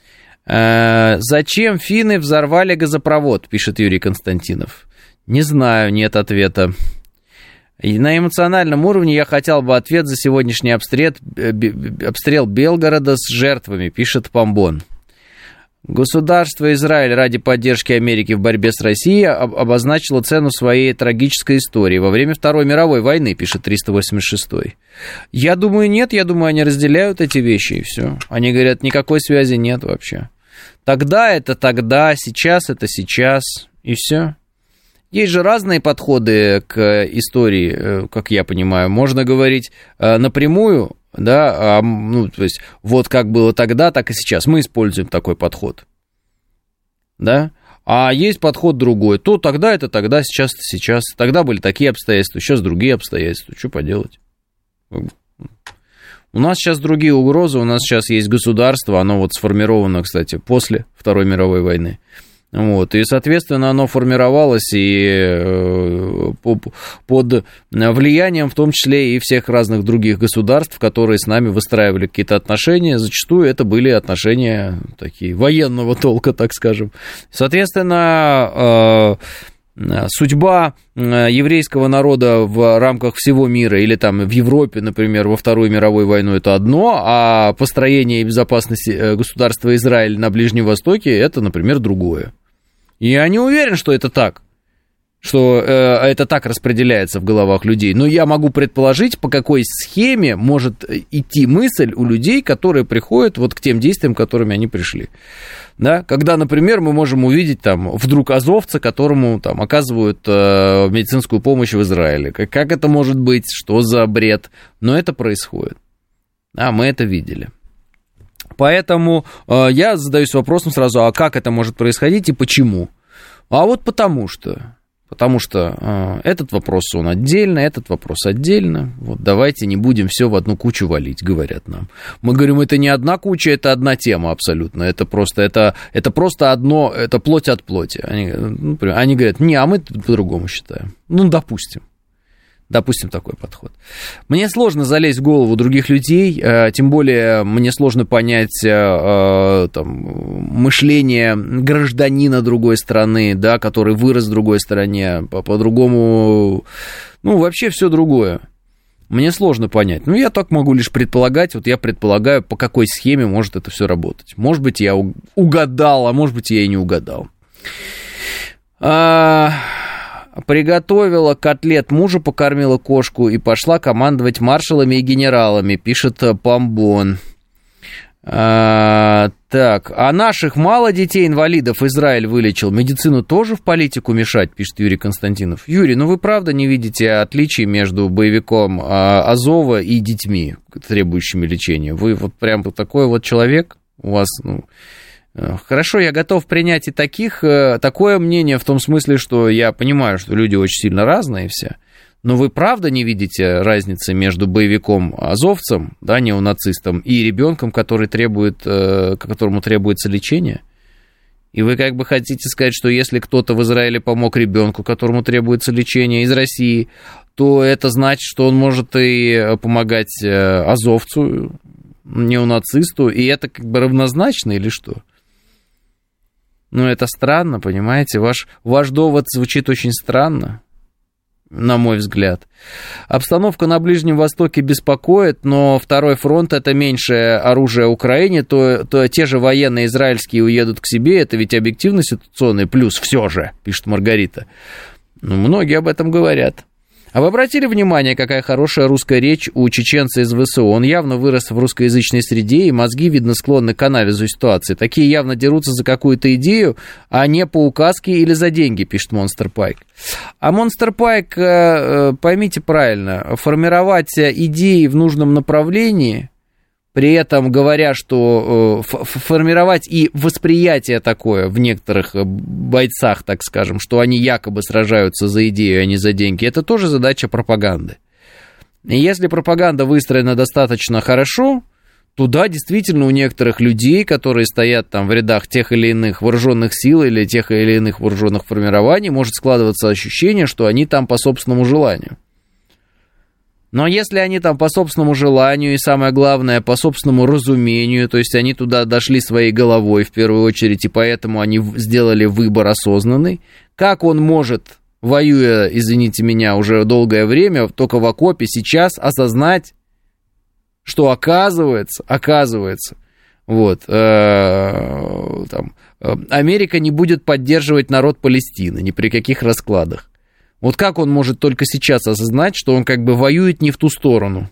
Зачем финны взорвали газопровод, пишет Юрий Константинов. Не знаю, нет ответа. И на эмоциональном уровне я хотел бы ответ за сегодняшний обстрел, обстрел Белгорода с жертвами, пишет Помбон. Государство Израиль ради поддержки Америки в борьбе с Россией обозначило цену своей трагической истории во время Второй мировой войны, пишет триста восемьдесят шестой. Я думаю, нет, я думаю, они разделяют эти вещи, и все. Они говорят, никакой связи нет вообще. Тогда это тогда, сейчас это сейчас, и все. Есть же разные подходы к истории, как я понимаю. Можно говорить напрямую, да, ну, то есть вот как было тогда, так и сейчас. Мы используем такой подход, да. А есть подход другой. То тогда это тогда, сейчас это сейчас. Тогда были такие обстоятельства, сейчас другие обстоятельства. Что поделать? У нас сейчас другие угрозы, у нас сейчас есть государство, оно вот сформировано, кстати, после Второй мировой войны. Вот, и, соответственно, оно формировалось и под влиянием, в том числе, и всех разных других государств, которые с нами выстраивали какие-то отношения. Зачастую это были отношения такие военного толка, так скажем. Соответственно, судьба еврейского народа в рамках всего мира или там в Европе, например, во Вторую мировую войну это одно, а построение и безопасность государства Израиль на Ближнем Востоке это, например, другое. И я не уверен, что это так, что э, это так распределяется в головах людей. Но я могу предположить, по какой схеме может идти мысль у людей, которые приходят вот к тем действиям, к которым они пришли. Да? Когда, например, мы можем увидеть там вдруг азовца, которому там оказывают э, медицинскую помощь в Израиле. Как, как это может быть? Что за бред? Но это происходит. А мы это видели. Поэтому э, я задаюсь вопросом сразу, а как это может происходить и почему? А вот потому что, потому что э, этот вопрос, он отдельно, этот вопрос отдельно. Вот давайте не будем все в одну кучу валить, говорят нам. Мы говорим, это не одна куча, это одна тема абсолютно. Это просто, это, это просто одно, это плоть от плоти. Они, ну, они говорят, не, а мы по-другому считаем. Ну, допустим. Допустим, такой подход. Мне сложно залезть в голову других людей, тем более мне сложно понять там, мышление гражданина другой страны, да, который вырос в другой стране, по-другому, ну, вообще все другое. Мне сложно понять. Ну, я так могу лишь предполагать, вот я предполагаю, по какой схеме может это все работать. Может быть, я угадал, а может быть, я и не угадал. Приготовила котлет мужу, покормила кошку и пошла командовать маршалами и генералами, пишет Помбон. А, так, а наших мало детей-инвалидов Израиль вылечил, медицину тоже в политику мешать, пишет Юрий Константинов. Юрий, ну вы правда не видите отличий между боевиком Азова и детьми, требующими лечения? Вы вот прям вот такой вот человек, у вас, ну... Хорошо, я готов принять и таких, такое мнение в том смысле, что я понимаю, что люди очень сильно разные все, но вы правда не видите разницы между боевиком-азовцем, да, неонацистом, и ребенком, который требует, которому требуется лечение? И вы как бы хотите сказать, что если кто-то в Израиле помог ребенку, которому требуется лечение из России, то это значит, что он может и помогать азовцу, неонацисту, и это как бы равнозначно или что? Ну, это странно, понимаете? Ваш, ваш довод звучит очень странно, на мой взгляд. Обстановка на Ближнем Востоке беспокоит, но второй фронт — это меньшее оружие Украине, то, то те же военные израильские уедут к себе, это ведь объективно ситуационный плюс все же, пишет Маргарита. Ну, многие об этом говорят. А вы обратили внимание, какая хорошая русская речь у чеченца из ВСУ? Он явно вырос в русскоязычной среде, и мозги, видно, склонны к анализу ситуации. Такие явно дерутся за какую-то идею, а не по указке или за деньги, пишет Монстер Пайк. А Монстер Пайк, поймите правильно, формировать идеи в нужном направлении, при этом говоря, что формировать и восприятие такое в некоторых бойцах, так скажем, что они якобы сражаются за идею, а не за деньги, это тоже задача пропаганды. И если пропаганда выстроена достаточно хорошо, то да, действительно, у некоторых людей, которые стоят там в рядах тех или иных вооруженных сил или тех или иных вооруженных формирований, может складываться ощущение, что они там по собственному желанию. Но если они там по собственному желанию и, самое главное, по собственному разумению, то есть они туда дошли своей головой в первую очередь, и поэтому они сделали выбор осознанный, как он может, воюя, извините меня, уже долгое время, только в окопе сейчас осознать, что оказывается, оказывается, вот, э, там, Америка не будет поддерживать народ Палестины ни при каких раскладах. Вот как он может только сейчас осознать, что он как бы воюет не в ту сторону?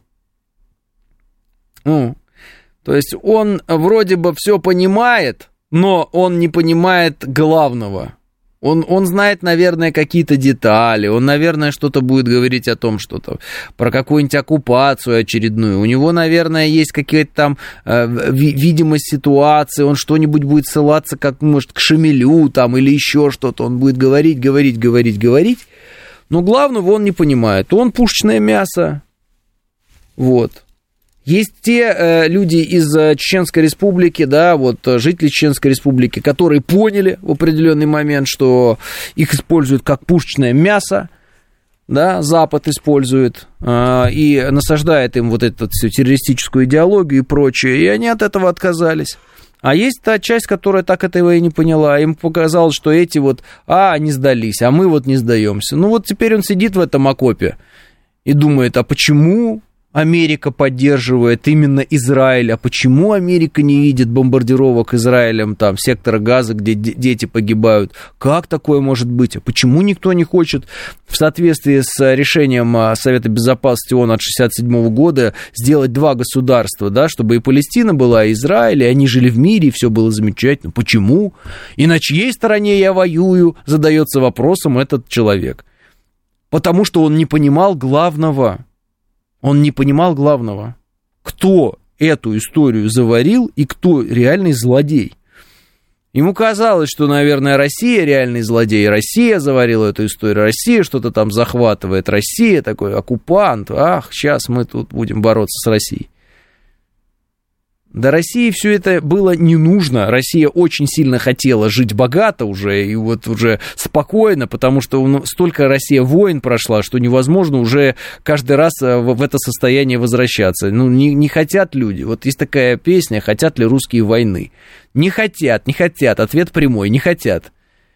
Ну, то есть он вроде бы все понимает, но он не понимает главного. Он, он знает, наверное, какие-то детали, он, наверное, что-то будет говорить о том, что-то про какую-нибудь оккупацию очередную. У него, наверное, есть какая-то там э, видимость ситуации, он что-нибудь будет ссылаться, как, может, к Шамилю там или еще что-то. Он будет говорить, говорить, говорить, говорить. Но главного он не понимает. Он пушечное мясо. Вот. Есть те э, люди из э, Чеченской Республики, да, вот жители Чеченской Республики, которые поняли в определенный момент, что их используют как пушечное мясо, да, Запад использует э, и насаждает им вот эту всю террористическую идеологию и прочее, и они от этого отказались. А есть та часть, которая так этого и не поняла. Им показалось, что эти вот, а, они сдались, а мы вот не сдаемся. Ну вот теперь он сидит в этом окопе и думает, а почему Америка поддерживает именно Израиль, а почему Америка не видит бомбардировок Израилем, там, сектора Газа, где дети погибают? Как такое может быть? А почему никто не хочет в соответствии с решением Совета Безопасности ООН от шестьдесят седьмого года сделать два государства, да, чтобы и Палестина была, и Израиль, и они жили в мире, и все было замечательно? Почему? И на чьей стороне я воюю? Задается вопросом этот человек. Потому что он не понимал главного. Он не понимал главного, кто эту историю заварил и кто реальный злодей. Ему казалось, что, наверное, Россия реальный злодей, Россия заварила эту историю, Россия что-то там захватывает, Россия такой оккупант, ах, сейчас мы тут будем бороться с Россией. Да России все это было не нужно. Россия очень сильно хотела жить богато уже, и вот уже спокойно, потому что столько Россия войн прошла, что невозможно уже каждый раз в это состояние возвращаться. Ну, не, не хотят люди. Вот есть такая песня «Хотят ли русские войны?» Не хотят, не хотят. Ответ прямой, не хотят.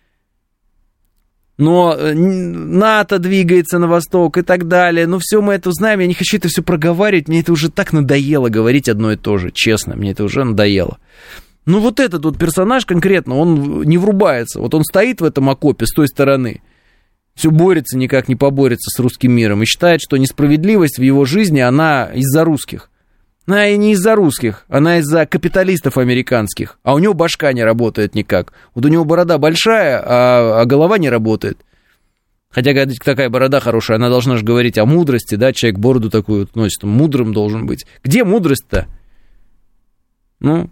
Но НАТО двигается на восток и так далее. Ну, все мы это знаем. Я не хочу это все проговаривать. Мне это уже так надоело говорить одно и то же. Честно, мне это уже надоело. Ну, вот этот вот персонаж конкретно, он не врубается. Вот он стоит в этом окопе с той стороны. Все борется, никак не поборется с русским миром. И считает, что несправедливость в его жизни, она из-за русских. Она и не из-за русских, она из-за капиталистов американских. А у него башка не работает никак. Вот у него борода большая, а, а голова не работает. Хотя такая борода хорошая, она должна же говорить о мудрости, да, человек бороду такую носит, он мудрым должен быть. Где мудрость-то? Ну,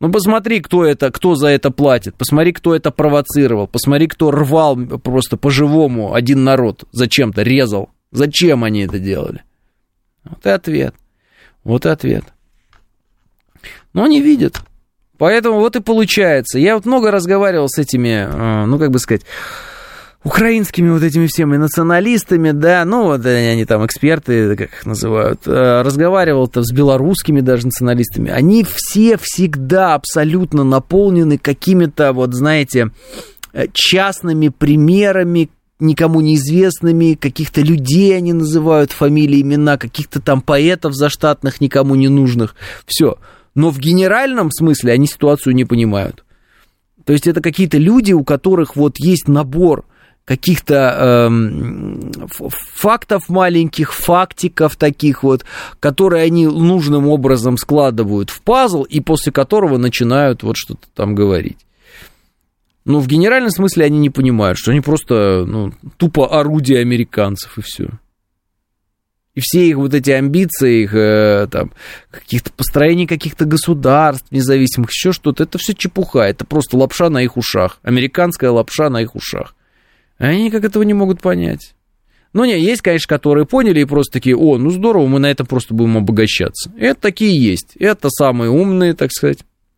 Ну, посмотри, кто это, кто за это платит, посмотри, кто это провоцировал, посмотри, кто рвал просто по-живому один народ, зачем-то резал, зачем они это делали. Вот и ответ, вот и ответ. Но не видят, поэтому вот и получается. Я вот много разговаривал с этими, ну, как бы сказать... украинскими вот этими всеми националистами, да, ну, вот они там эксперты, как их называют, разговаривал-то с белорусскими даже националистами, они все всегда абсолютно наполнены какими-то, вот, знаете, частными примерами, никому неизвестными, каких-то людей они называют, фамилии, имена, каких-то там поэтов заштатных, никому не нужных, все. Но в генеральном смысле они ситуацию не понимают. То есть это какие-то люди, у которых вот есть набор каких-то э, фактов маленьких, фактиков таких вот, которые они нужным образом складывают в пазл, и после которого начинают вот что-то там говорить. Но в генеральном смысле они не понимают, что они просто, ну, тупо орудие американцев, и все. И все их вот эти амбиции, их э, там, каких-то построений каких-то государств независимых, еще что-то, это все чепуха, это просто лапша на их ушах, американская лапша на их ушах. Они никак этого не могут понять. Ну, не, есть, конечно, которые поняли и просто такие, о, ну здорово, мы на этом просто будем обогащаться. Это такие есть. Это самые умные, так сказать.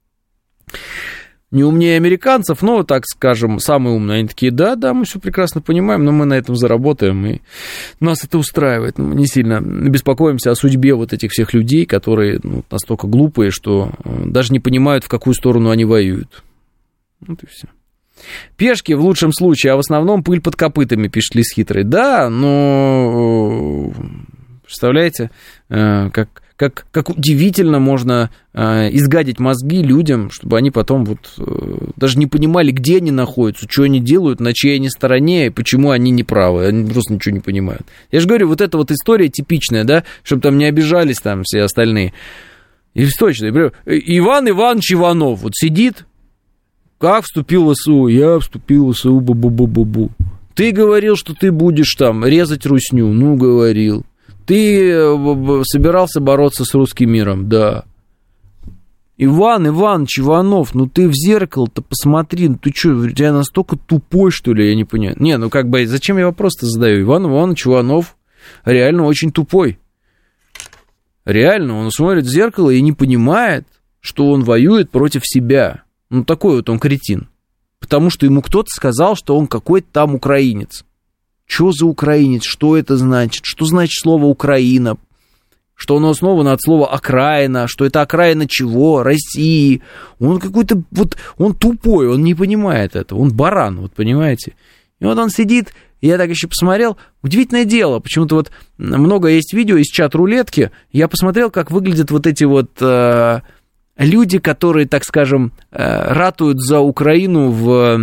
Не умнее американцев, но, так скажем, самые умные. Они такие, да, да, мы все прекрасно понимаем, но мы на этом заработаем, и нас это устраивает. Мы не сильно беспокоимся о судьбе вот этих всех людей, которые, ну, настолько глупые, что даже не понимают, в какую сторону они воюют. Вот и все. Пешки в лучшем случае, а в основном пыль под копытами, пишет Лис Хитрый. Да, но представляете, как, как, как удивительно можно изгадить мозги людям, чтобы они потом вот даже не понимали, где они находятся, что они делают, на чьей они стороне и почему они неправы. Они просто ничего не понимают. Я же говорю, вот эта вот история типичная, да, чтобы там не обижались там все остальные. И точно, Иван Иванович Иванов вот сидит. Как вступил в СУ? Я вступил в СУ, бу-бу-бу-бу-бу. Ты говорил, что ты будешь там резать русню. Ну, говорил. Ты собирался бороться с русским миром. Да. Иван Иванович Иванов, ну ты в зеркало-то посмотри. Ну ты что, у тебя настолько тупой, что ли? Я не понимаю. Не, ну как бы, зачем я вопрос-то задаю? Иван Иванович Иванов реально очень тупой. Реально, он смотрит в зеркало и не понимает, что он воюет против себя. Ну, такой вот он кретин. Потому что ему кто-то сказал, что он какой-то там украинец. Что за украинец? Что это значит? Что значит слово «Украина»? Что оно основано от слова «окраина», что это окраина чего? России. Он какой-то вот, он тупой, он не понимает этого. Он баран, вот понимаете? И вот он сидит, я так еще посмотрел, удивительное дело, почему-то вот много есть видео из чат-рулетки, я посмотрел, как выглядят вот эти вот... Э, люди, которые, так скажем, ратуют за Украину в,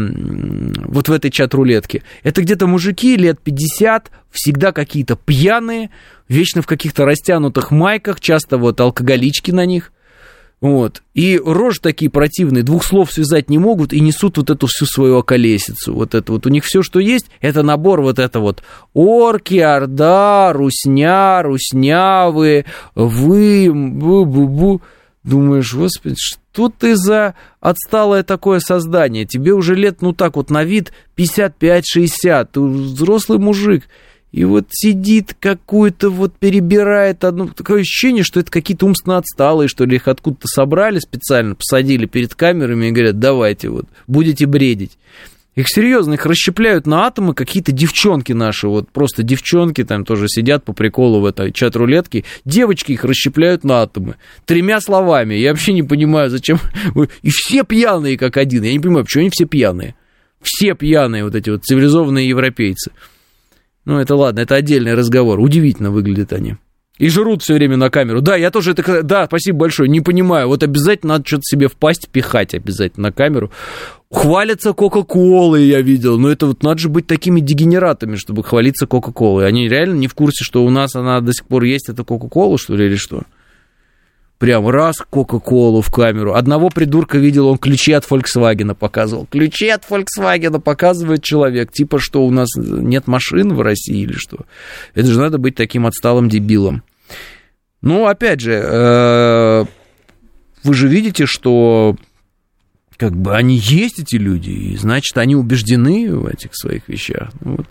вот в этой чат-рулетке. Это где-то мужики лет пятьдесят, всегда какие-то пьяные, вечно в каких-то растянутых майках, часто вот алкоголички на них. Вот. И рожи такие противные, двух слов связать не могут и несут вот эту всю свою околесицу. Вот это вот у них все, что есть, это набор вот это вот орки, орда, русня, руснявы, вы, бу-бу-бу. Думаешь, господи, что ты за отсталое такое создание? Тебе уже лет, ну так вот, на вид пятьдесят пять шестьдесят, ты взрослый мужик. И вот сидит какую-то вот перебирает одно, такое ощущение, что это какие-то умственно отсталые, что ли, их откуда-то собрали специально, посадили перед камерами и говорят, давайте вот, будете бредить. Их серьезно, их расщепляют на атомы какие-то девчонки наши, вот просто девчонки там тоже сидят по приколу в этой чат-рулетке, девочки их расщепляют на атомы, тремя словами, я вообще не понимаю, зачем, и все пьяные как один, я не понимаю, почему они все пьяные, все пьяные вот эти вот цивилизованные европейцы, ну это ладно, это отдельный разговор, удивительно выглядят они. И жрут все время на камеру. Да, я тоже это... Да, спасибо большое, не понимаю. Вот обязательно надо что-то себе в пасть пихать обязательно на камеру. Хвалятся Кока-Колой, я видел. Но это вот надо же быть такими дегенератами, чтобы хвалиться Кока-Колой. Они реально не в курсе, что у нас она до сих пор есть, это Кока-Кола, что ли, или что? Прям раз Кока-Колу в камеру. Одного придурка видел, он ключи от Volkswagen показывал. Ключи от Volkswagen показывает человек. Типа, что у нас нет машин в России или что? Это же надо быть таким отсталым дебилом. Ну, опять же, вы же видите, что как бы они есть, эти люди, и, значит, они убеждены в этих своих вещах. Вот.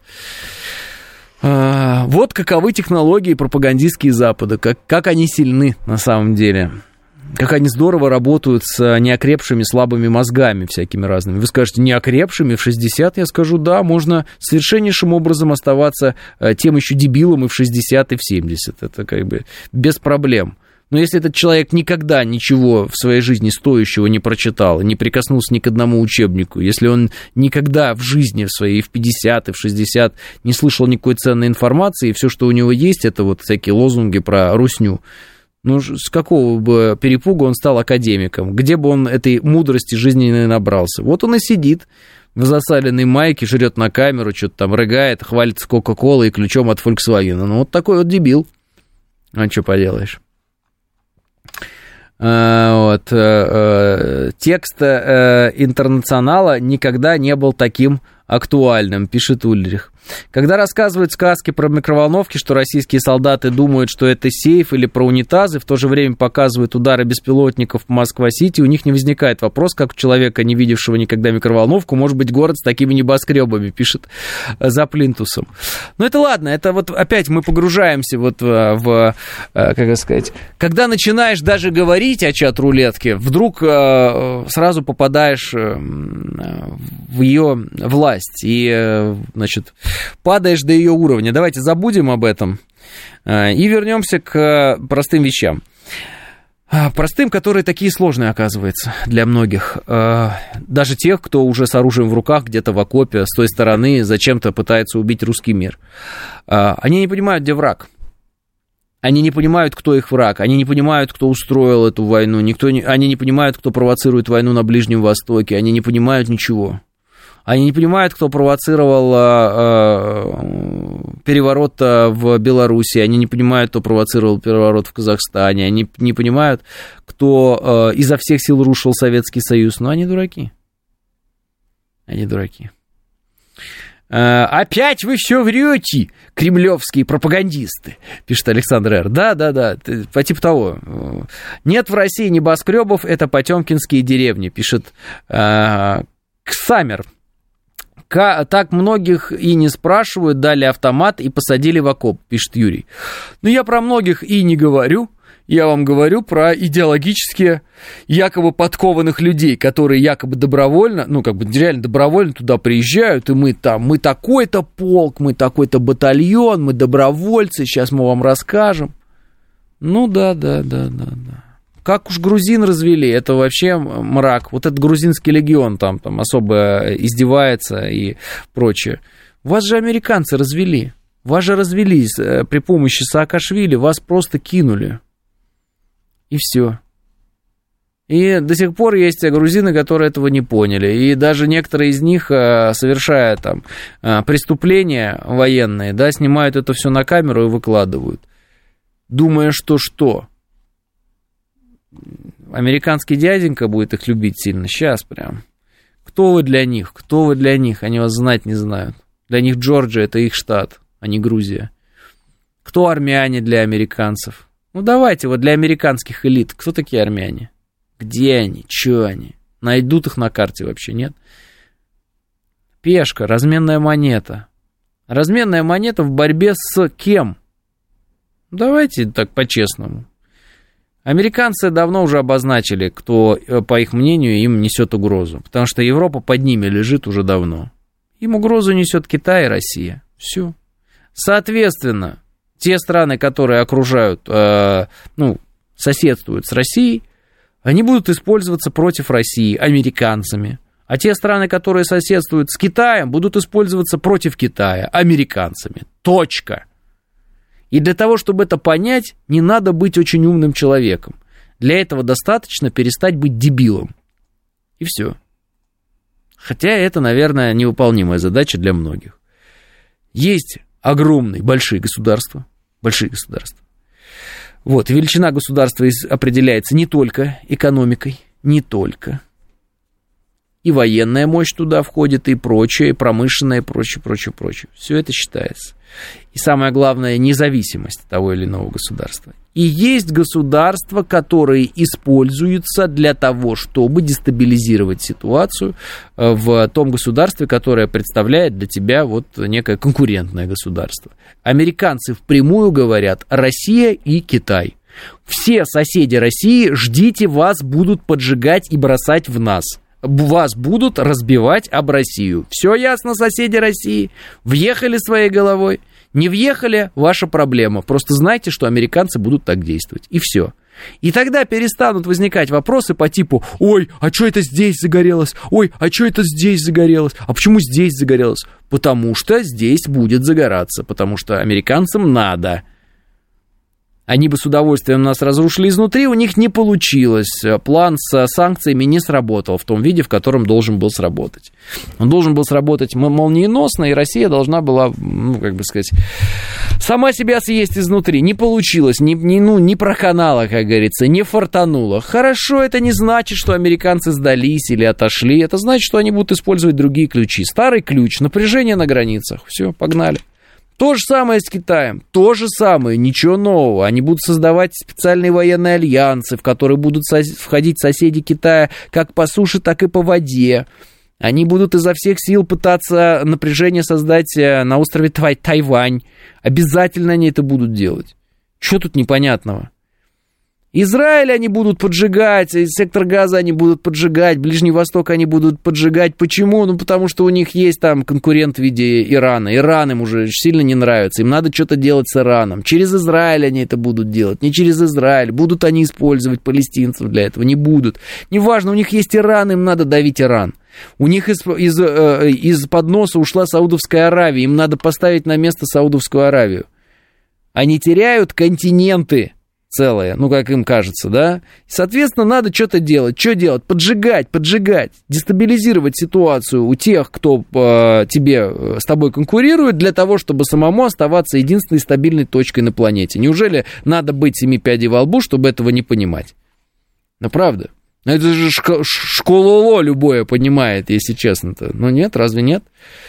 А, вот каковы технологии пропагандистские Запада, как, как они сильны на самом деле. Как они здорово работают с неокрепшими слабыми мозгами всякими разными. Вы скажете, неокрепшими в шестьдесят? Я скажу, да, можно совершеннейшим образом оставаться тем еще дебилом и в шестьдесят, и в семьдесят. Это как бы без проблем. Но если этот человек никогда ничего в своей жизни стоящего не прочитал, не прикоснулся ни к одному учебнику, если он никогда в жизни в своей в пятьдесят и в шестьдесят не слышал никакой ценной информации, и все, что у него есть, это вот всякие лозунги про русню, ну, с какого бы перепуга он стал академиком? Где бы он этой мудрости жизненной набрался? Вот он и сидит в засаленной майке, жрет на камеру, что-то там рыгает, хвалится Кока-Колой и ключом от Volkswagen. Ну, вот такой вот дебил. А что поделаешь? А, вот. А, а, текст а, Интернационала никогда не был таким актуальным, пишет Ульрих. Когда рассказывают сказки про микроволновки, что российские солдаты думают, что это сейф, или про унитазы, в то же время показывают удары беспилотников по Москва-Сити, у них не возникает вопрос, как у человека, не видевшего никогда микроволновку, может быть город с такими небоскребами, пишет за плинтусом. Но это ладно, это вот опять мы погружаемся вот в, в как это сказать, когда начинаешь даже говорить о чат-рулетке, вдруг сразу попадаешь в ее власть и, значит, падаешь до ее уровня. Давайте забудем об этом и вернемся к простым вещам. Простым, которые такие сложные, оказывается, для многих. Даже тех, кто уже с оружием в руках, где-то в окопе, с той стороны, зачем-то пытается убить русский мир. Они не понимают, где враг. Они не понимают, кто их враг. Они не понимают, кто устроил эту войну. Никто не... Они не понимают, кто провоцирует войну на Ближнем Востоке. Они не понимают ничего. Они не понимают, кто провоцировал э, переворот в Беларуси, они не понимают, кто провоцировал переворот в Казахстане, они не понимают, кто э, изо всех сил рушил Советский Союз, но они дураки. Они дураки. Э, опять вы все врете, кремлевские пропагандисты, пишет Александр Р. Да, да, да, по типу того. Нет в России небоскребов, это потемкинские деревни, пишет э, Ксамер. Так многих и не спрашивают, дали автомат и посадили в окоп, пишет Юрий. Но я про многих и не говорю. Я вам говорю про идеологически якобы подкованных людей, которые якобы добровольно, ну, как бы реально добровольно туда приезжают, и мы там, мы такой-то полк, мы такой-то батальон, мы добровольцы, сейчас мы вам расскажем. Ну, да, да, да, да, да. Как уж грузин развели, это вообще мрак. Вот этот грузинский легион там, там особо издевается и прочее. Вас же американцы развели. Вас же развели при помощи Саакашвили, вас просто кинули. И все. И до сих пор есть грузины, которые этого не поняли. И даже некоторые из них, совершая там преступления военные, да, снимают это все на камеру и выкладывают. Думая, что что? Американский дяденька будет их любить сильно. Сейчас прям. Кто вы для них? Кто вы для них? Они вас знать не знают. Для них Джорджия — это их штат, а не Грузия. Кто армяне для американцев? Ну, давайте, вот для американских элит. Кто такие армяне? Где они? Чё они? Найдут их на карте вообще, нет? Пешка, разменная монета. Разменная монета в борьбе с кем? Давайте так по-честному. Американцы давно уже обозначили, кто, по их мнению, им несет угрозу. Потому что Европа под ними лежит уже давно. Им угрозу несет Китай и Россия. Все. Соответственно, те страны, которые окружают, э, ну, соседствуют с Россией, они будут использоваться против России американцами. А те страны, которые соседствуют с Китаем, будут использоваться против Китая американцами. Точка. И для того, чтобы это понять, не надо быть очень умным человеком. Для этого достаточно перестать быть дебилом. И все. Хотя это, наверное, невыполнимая задача для многих. Есть огромные, большие государства. Большие государства. Вот, величина государства определяется не только экономикой, не только. и военная мощь туда входит, и прочее, и промышленное, и прочее, прочее, прочее. Все это считается. И самое главное, независимость того или иного государства. И есть государства, которые используются для того, чтобы дестабилизировать ситуацию в том государстве, которое представляет для тебя вот некое конкурентное государство. Американцы впрямую говорят: Россия и Китай. Все соседи России, ждите, вас будут поджигать и бросать в нас. Вас будут разбивать об Россию. Все ясно, соседи России? Въехали своей головой? Не въехали? Ваша проблема. Просто знайте, что американцы будут так действовать. И все. И тогда перестанут возникать вопросы по типу: ой, а что это здесь загорелось? Ой, а что это здесь загорелось? А почему здесь загорелось? Потому что здесь будет загораться. Потому что американцам надо. Они бы с удовольствием нас разрушили изнутри, у них не получилось. План с санкциями не сработал в том виде, в котором должен был сработать. Он должен был сработать молниеносно, и Россия должна была, ну, как бы сказать, сама себя съесть изнутри. Не получилось, не, не, ну, не проканало, как говорится, не фартануло. Хорошо, это не значит, что американцы сдались или отошли. Это значит, что они будут использовать другие ключи. Старый ключ, напряжение на границах. Все, погнали. То же самое с Китаем, то же самое, ничего нового. Они будут создавать специальные военные альянсы, в которые будут со- входить соседи Китая как по суше, так и по воде. Они будут изо всех сил пытаться напряжение создать на острове Тай- Тайвань. Обязательно они это будут делать. Что тут непонятного? Израиль они будут поджигать, сектор Газа они будут поджигать, Ближний Восток они будут поджигать. Почему? Ну, потому что у них есть там конкурент в виде Ирана. Иран им уже сильно не нравится, им надо что-то делать с Ираном. Через Израиль они это будут делать, не через Израиль. Будут они использовать палестинцев для этого? Не будут. Неважно, у них есть Иран, им надо давить Иран. У них из, из, из-под носа ушла Саудовская Аравия, им надо поставить на место Саудовскую Аравию. Они теряют континенты целое, ну, как им кажется, да? Соответственно, надо что-то делать. Что делать? Поджигать, поджигать, дестабилизировать ситуацию у тех, кто э, тебе, с тобой конкурирует, для того, чтобы самому оставаться единственной стабильной точкой на планете. Неужели надо быть семи пядей во лбу, чтобы этого не понимать? Ну, правда. Это же шко- школоло любое понимает, если честно-то. Ну, нет, разве нет?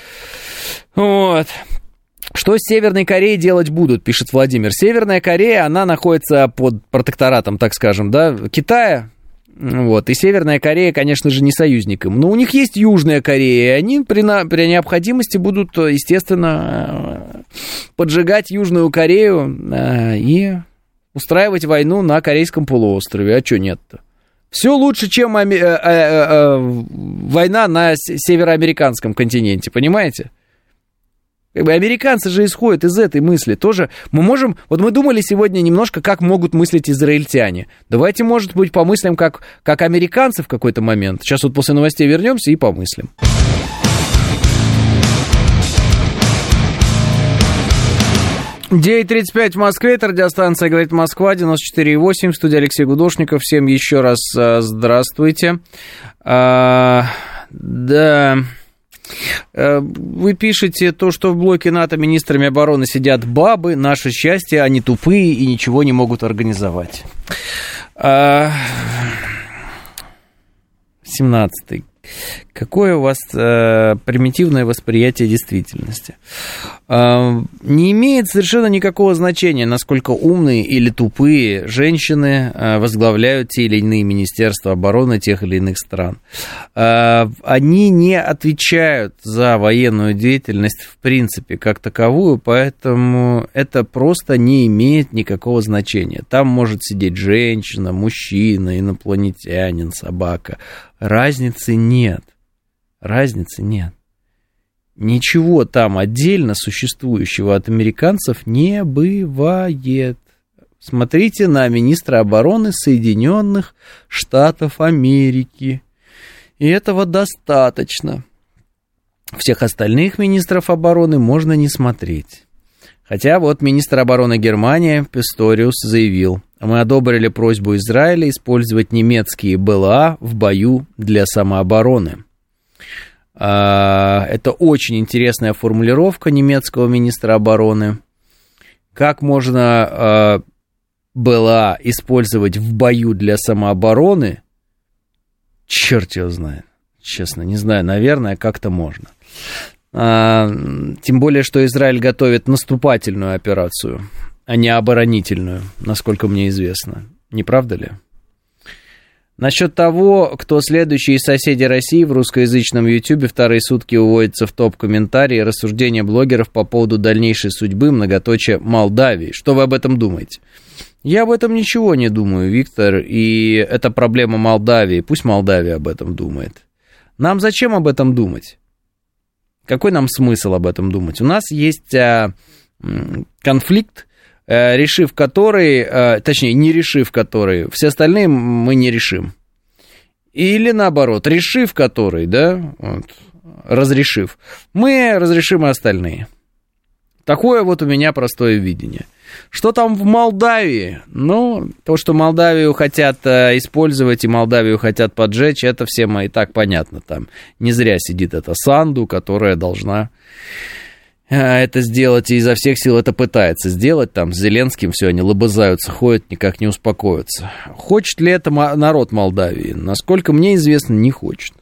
Вот. Что с Северной Кореей делать будут, пишет Владимир. Северная Корея, она находится под протекторатом, так скажем, да, Китая. Вот, и Северная Корея, конечно же, не союзник им. Но у них есть Южная Корея, и они при, на, при необходимости будут, естественно, поджигать Южную Корею и устраивать войну на Корейском полуострове. А что нет-то? Все лучше, чем ами- э, э, э, война на североамериканском континенте, понимаете? Как бы американцы же исходят из этой мысли тоже. Мы можем, вот мы думали сегодня немножко, как могут мыслить израильтяне. Давайте, может быть, помыслим, как, как американцы в какой-то момент. Сейчас вот после новостей вернемся и помыслим. девять тридцать пять в Москве, это радиостанция «Говорит Москва», девяносто четыре и восемь, в студии Алексей Гудошников. Всем еще раз здравствуйте. А, да... Вы пишете то, что в блоке НАТО министрами обороны сидят бабы, наше счастье, они тупые и ничего не могут организовать. семнадцатый. Какое у вас э, примитивное восприятие действительности? Э, не имеет совершенно никакого значения, насколько умные или тупые женщины э, возглавляют те или иные министерства обороны тех или иных стран. Э, они не отвечают за военную деятельность в принципе как таковую, поэтому это просто не имеет никакого значения. Там может сидеть женщина, мужчина, инопланетянин, собака. Разницы нет. Разницы нет. Ничего там отдельно существующего от американцев не бывает. Смотрите на министра обороны Соединенных Штатов Америки. И этого достаточно. Всех остальных министров обороны можно не смотреть. Хотя вот министр обороны Германии Писториус заявил: мы одобрили просьбу Израиля использовать немецкие БЛА в бою для самообороны. Это очень интересная формулировка немецкого министра обороны. Как можно БЛА использовать в бою для самообороны? Черт его знает. честно, не знаю, наверное, как-то можно. А, тем более, что Израиль готовит наступательную операцию, а не оборонительную, насколько мне известно. Не правда ли? Насчет того, кто следующие соседи России в русскоязычном Ютьюбе, вторые сутки уводятся в топ-комментарии и рассуждения блогеров по поводу дальнейшей судьбы, многоточия, Молдавии. Что вы об этом думаете? Я об этом ничего не думаю, Виктор, и это проблема Молдавии. Пусть Молдавия об этом думает. Нам зачем об этом думать? Какой нам смысл об этом думать? У нас есть а, конфликт, решив который, точнее, не решив который, все остальные мы не решим. Или наоборот, решив который, да, вот, разрешив, мы разрешим и остальные. Такое вот у меня простое видение. Что там в Молдавии? Ну, то, что Молдавию хотят использовать и Молдавию хотят поджечь, это всем и так понятно. Там не зря сидит эта Санду, которая должна это сделать и изо всех сил это пытается сделать. Там с Зеленским все, они лобызаются, ходят, никак не успокоятся. Хочет ли это народ Молдавии? Насколько мне известно, не хочет.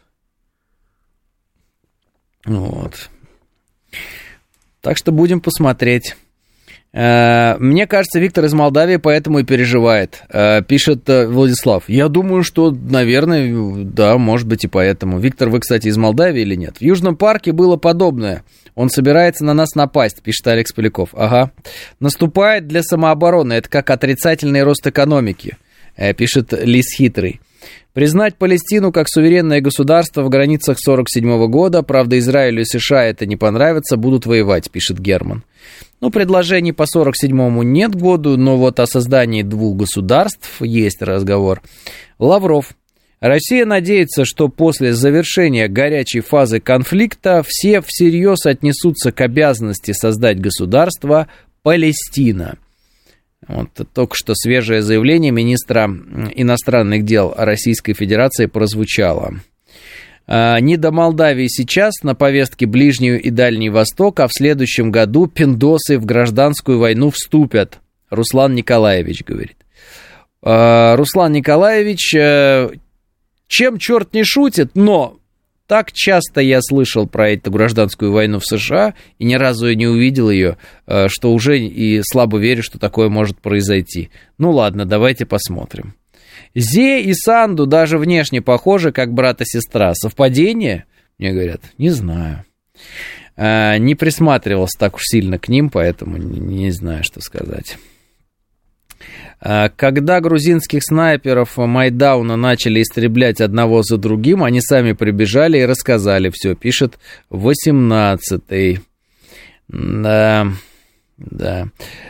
Вот. Так что будем посмотреть. Мне кажется, Виктор из Молдавии поэтому и переживает. Пишет Владислав. Я думаю, что, наверное, да, может быть и поэтому. Виктор, вы, кстати, из Молдавии или нет? В Южном парке было подобное. Он собирается на нас напасть, пишет Алекс Поляков. Ага. Наступает для самообороны. Это как отрицательный рост экономики, пишет Лис Хитрый. Признать Палестину как суверенное государство в границах сорок седьмого года. Правда, Израилю и США это не понравится, будут воевать, пишет Герман. Ну, предложений по сорок седьмому нет году, но вот о создании двух государств есть разговор. Лавров. Россия надеется, что после завершения горячей фазы конфликта все всерьез отнесутся к обязанности создать государство Палестина. Вот только что свежее заявление министра иностранных дел Российской Федерации прозвучало. Не до Молдавии сейчас, на повестке Ближний и Дальний Восток, а в следующем году пиндосы в гражданскую войну вступят. Руслан Николаевич говорит. Руслан Николаевич, чем черт не шутит, но так часто я слышал про эту гражданскую войну в США и ни разу и не увидел ее, что уже и слабо верю, что такое может произойти. Ну ладно, давайте посмотрим. Зе и Санду даже внешне похожи, как брат и сестра. Совпадение? Мне говорят, не знаю. А, не присматривался так уж сильно к ним, поэтому не, не знаю, что сказать. А, когда грузинских снайперов Майдауна начали истреблять одного за другим, они сами прибежали и рассказали все, пишет восемнадцатый. Да, да.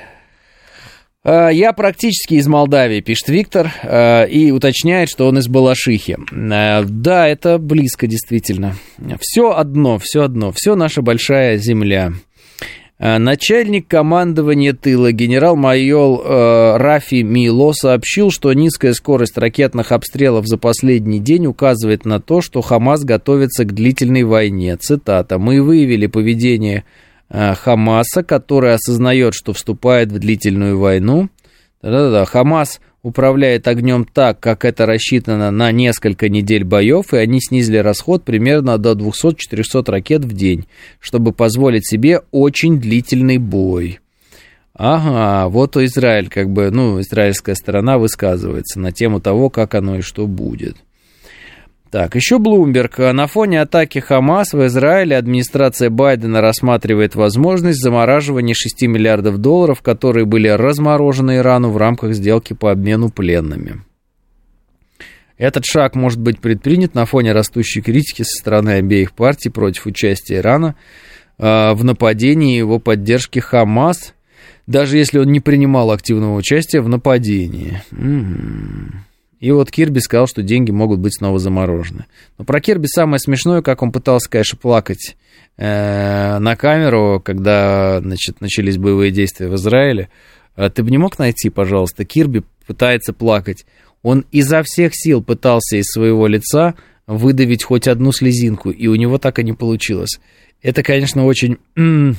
Я практически из Молдавии, пишет Виктор, и уточняет, что он из Балашихи. Да, это близко, действительно. Все одно, все одно, все наша большая земля. Начальник командования тыла генерал-майор Рафи Мило сообщил, что низкая скорость ракетных обстрелов за последний день указывает на то, что Хамас готовится к длительной войне. Цитата. «Мы выявили поведение Хамаса, который осознает, что вступает в длительную войну. Да-да-да. Хамас управляет огнем так, как это рассчитано на несколько недель боев, и они снизили расход примерно до двести-четыреста ракет в день, чтобы позволить себе очень длительный бой». Ага, вот Израиль, как бы, ну, израильская сторона высказывается на тему того, как оно и что будет. Так, еще Блумберг. На фоне атаки Хамас в Израиле администрация Байдена рассматривает возможность замораживания шести миллиардов долларов, которые были разморожены Ирану в рамках сделки по обмену пленными. Этот шаг может быть предпринят на фоне растущей критики со стороны обеих партий против участия Ирана э, в нападении и его поддержки Хамас, даже если он не принимал активного участия в нападении. М-м-м. И вот Кирби сказал, что деньги могут быть снова заморожены. Но про Кирби самое смешное, как он пытался, конечно, плакать э, на камеру, когда, значит, начались боевые действия в Израиле. Ты бы не мог найти, пожалуйста, Кирби пытается плакать. Он изо всех сил пытался из своего лица выдавить хоть одну слезинку, и у него так и не получилось. Это, конечно, очень... ну,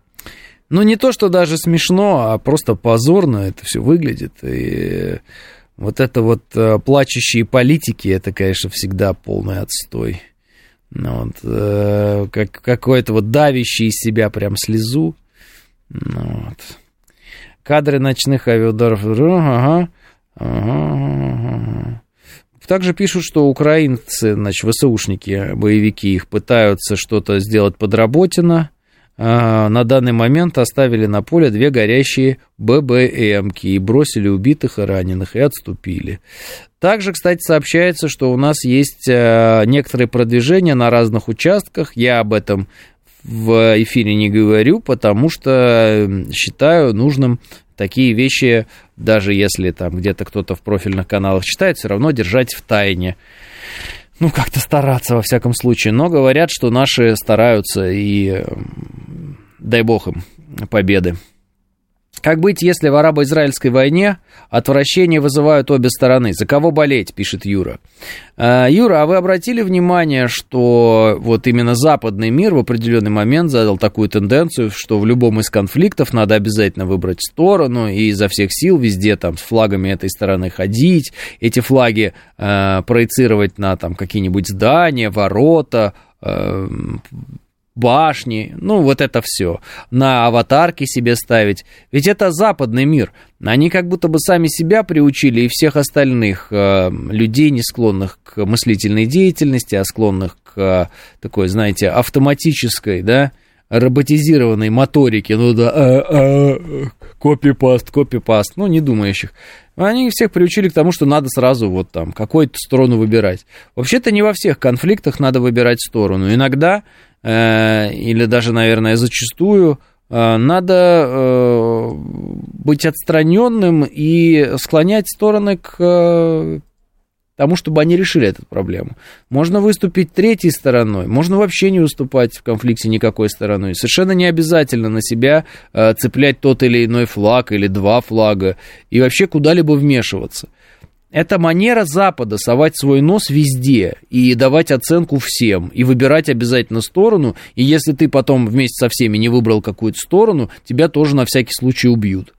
не то, что даже смешно, а просто позорно это все выглядит. И... Вот это вот э, плачущие политики, это, конечно, всегда полный отстой. Ну, вот, э, как, какой-то вот давящий из себя прям слезу. Ну, вот. Кадры ночных авиаударов. Ага, ага, ага. Также пишут, что украинцы, значит, ВСУшники, боевики, их пытаются что-то сделать подработано. На данный момент оставили на поле две горящие ББМки и бросили убитых и раненых, и отступили. Также, кстати, сообщается, что у нас есть некоторые продвижения на разных участках. Я об этом в эфире не говорю, потому что считаю нужным такие вещи, даже если там где-то кто-то в профильных каналах читает, все равно держать в тайне. Ну, как-то стараться, во всяком случае. Но говорят, что наши стараются, и дай бог им победы. Как быть, если в арабо-израильской войне отвращение вызывают обе стороны? За кого болеть, пишет Юра. Юра, а вы обратили внимание, что вот именно западный мир в определенный момент задал такую тенденцию, что в любом из конфликтов надо обязательно выбрать сторону и изо всех сил везде там с флагами этой стороны ходить, эти флаги э, проецировать на там какие-нибудь здания, ворота, э, башни, ну, вот это все, на аватарки себе ставить. Ведь это западный мир. Они как будто бы сами себя приучили и всех остальных э, людей, не склонных к мыслительной деятельности, а склонных к э, такой, знаете, автоматической, да, роботизированной моторике, ну да, а, а, копипаст, копипаст, ну, не думающих. Они всех приучили к тому, что надо сразу вот там какую-то сторону выбирать. Вообще-то не во всех конфликтах надо выбирать сторону. Иногда, э, или даже, наверное, зачастую, э, надо э, быть отстраненным и склонять стороны к э, тому, чтобы они решили эту проблему. Можно выступить третьей стороной, можно вообще не выступать в конфликте никакой стороной. Совершенно не обязательно на себя э, цеплять тот или иной флаг или два флага и вообще куда-либо вмешиваться. Это манера Запада совать свой нос везде и давать оценку всем, и выбирать обязательно сторону, и если ты потом вместе со всеми не выбрал какую-то сторону, тебя тоже на всякий случай убьют.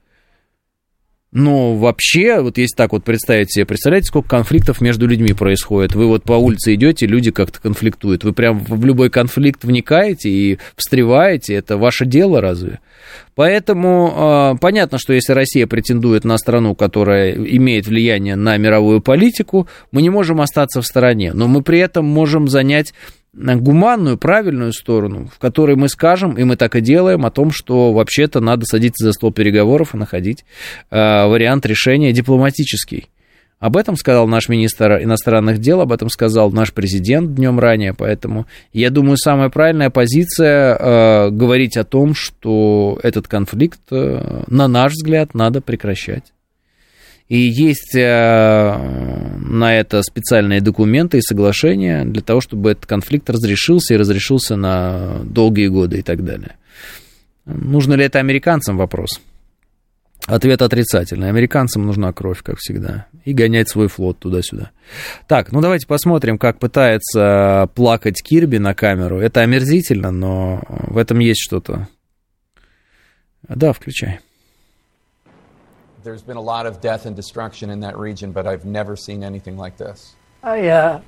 Но вообще, вот если так вот представить себе, представляете, сколько конфликтов между людьми происходит? Вы вот по улице идете, люди как-то конфликтуют. Вы прям в любой конфликт вникаете и встреваете. Это ваше дело разве? Поэтому э, понятно, что если Россия претендует на страну, которая имеет влияние на мировую политику, мы не можем остаться в стороне. Но мы при этом можем занять гуманную, правильную сторону, в которой мы скажем, и мы так и делаем, о том, что вообще-то надо садиться за стол переговоров и находить э, вариант решения дипломатический. Об этом сказал наш министр иностранных дел, об этом сказал наш президент днем ранее, поэтому я думаю, самая правильная позиция э, говорить о том, что этот конфликт, э, на наш взгляд, надо прекращать. И есть э, на это специальные документы и соглашения для того, чтобы этот конфликт разрешился и разрешился на долгие годы и так далее. Нужно ли это американцам? Вопрос. Ответ отрицательный. Американцам нужна кровь, как всегда, и гонять свой флот туда-сюда. Так, ну давайте посмотрим, как пытается плакать Кирби на камеру. Это омерзительно, но в этом есть что-то. Да, включай. There's been a lot of death and destruction in that region, but I've never seen anything like this. I, uh...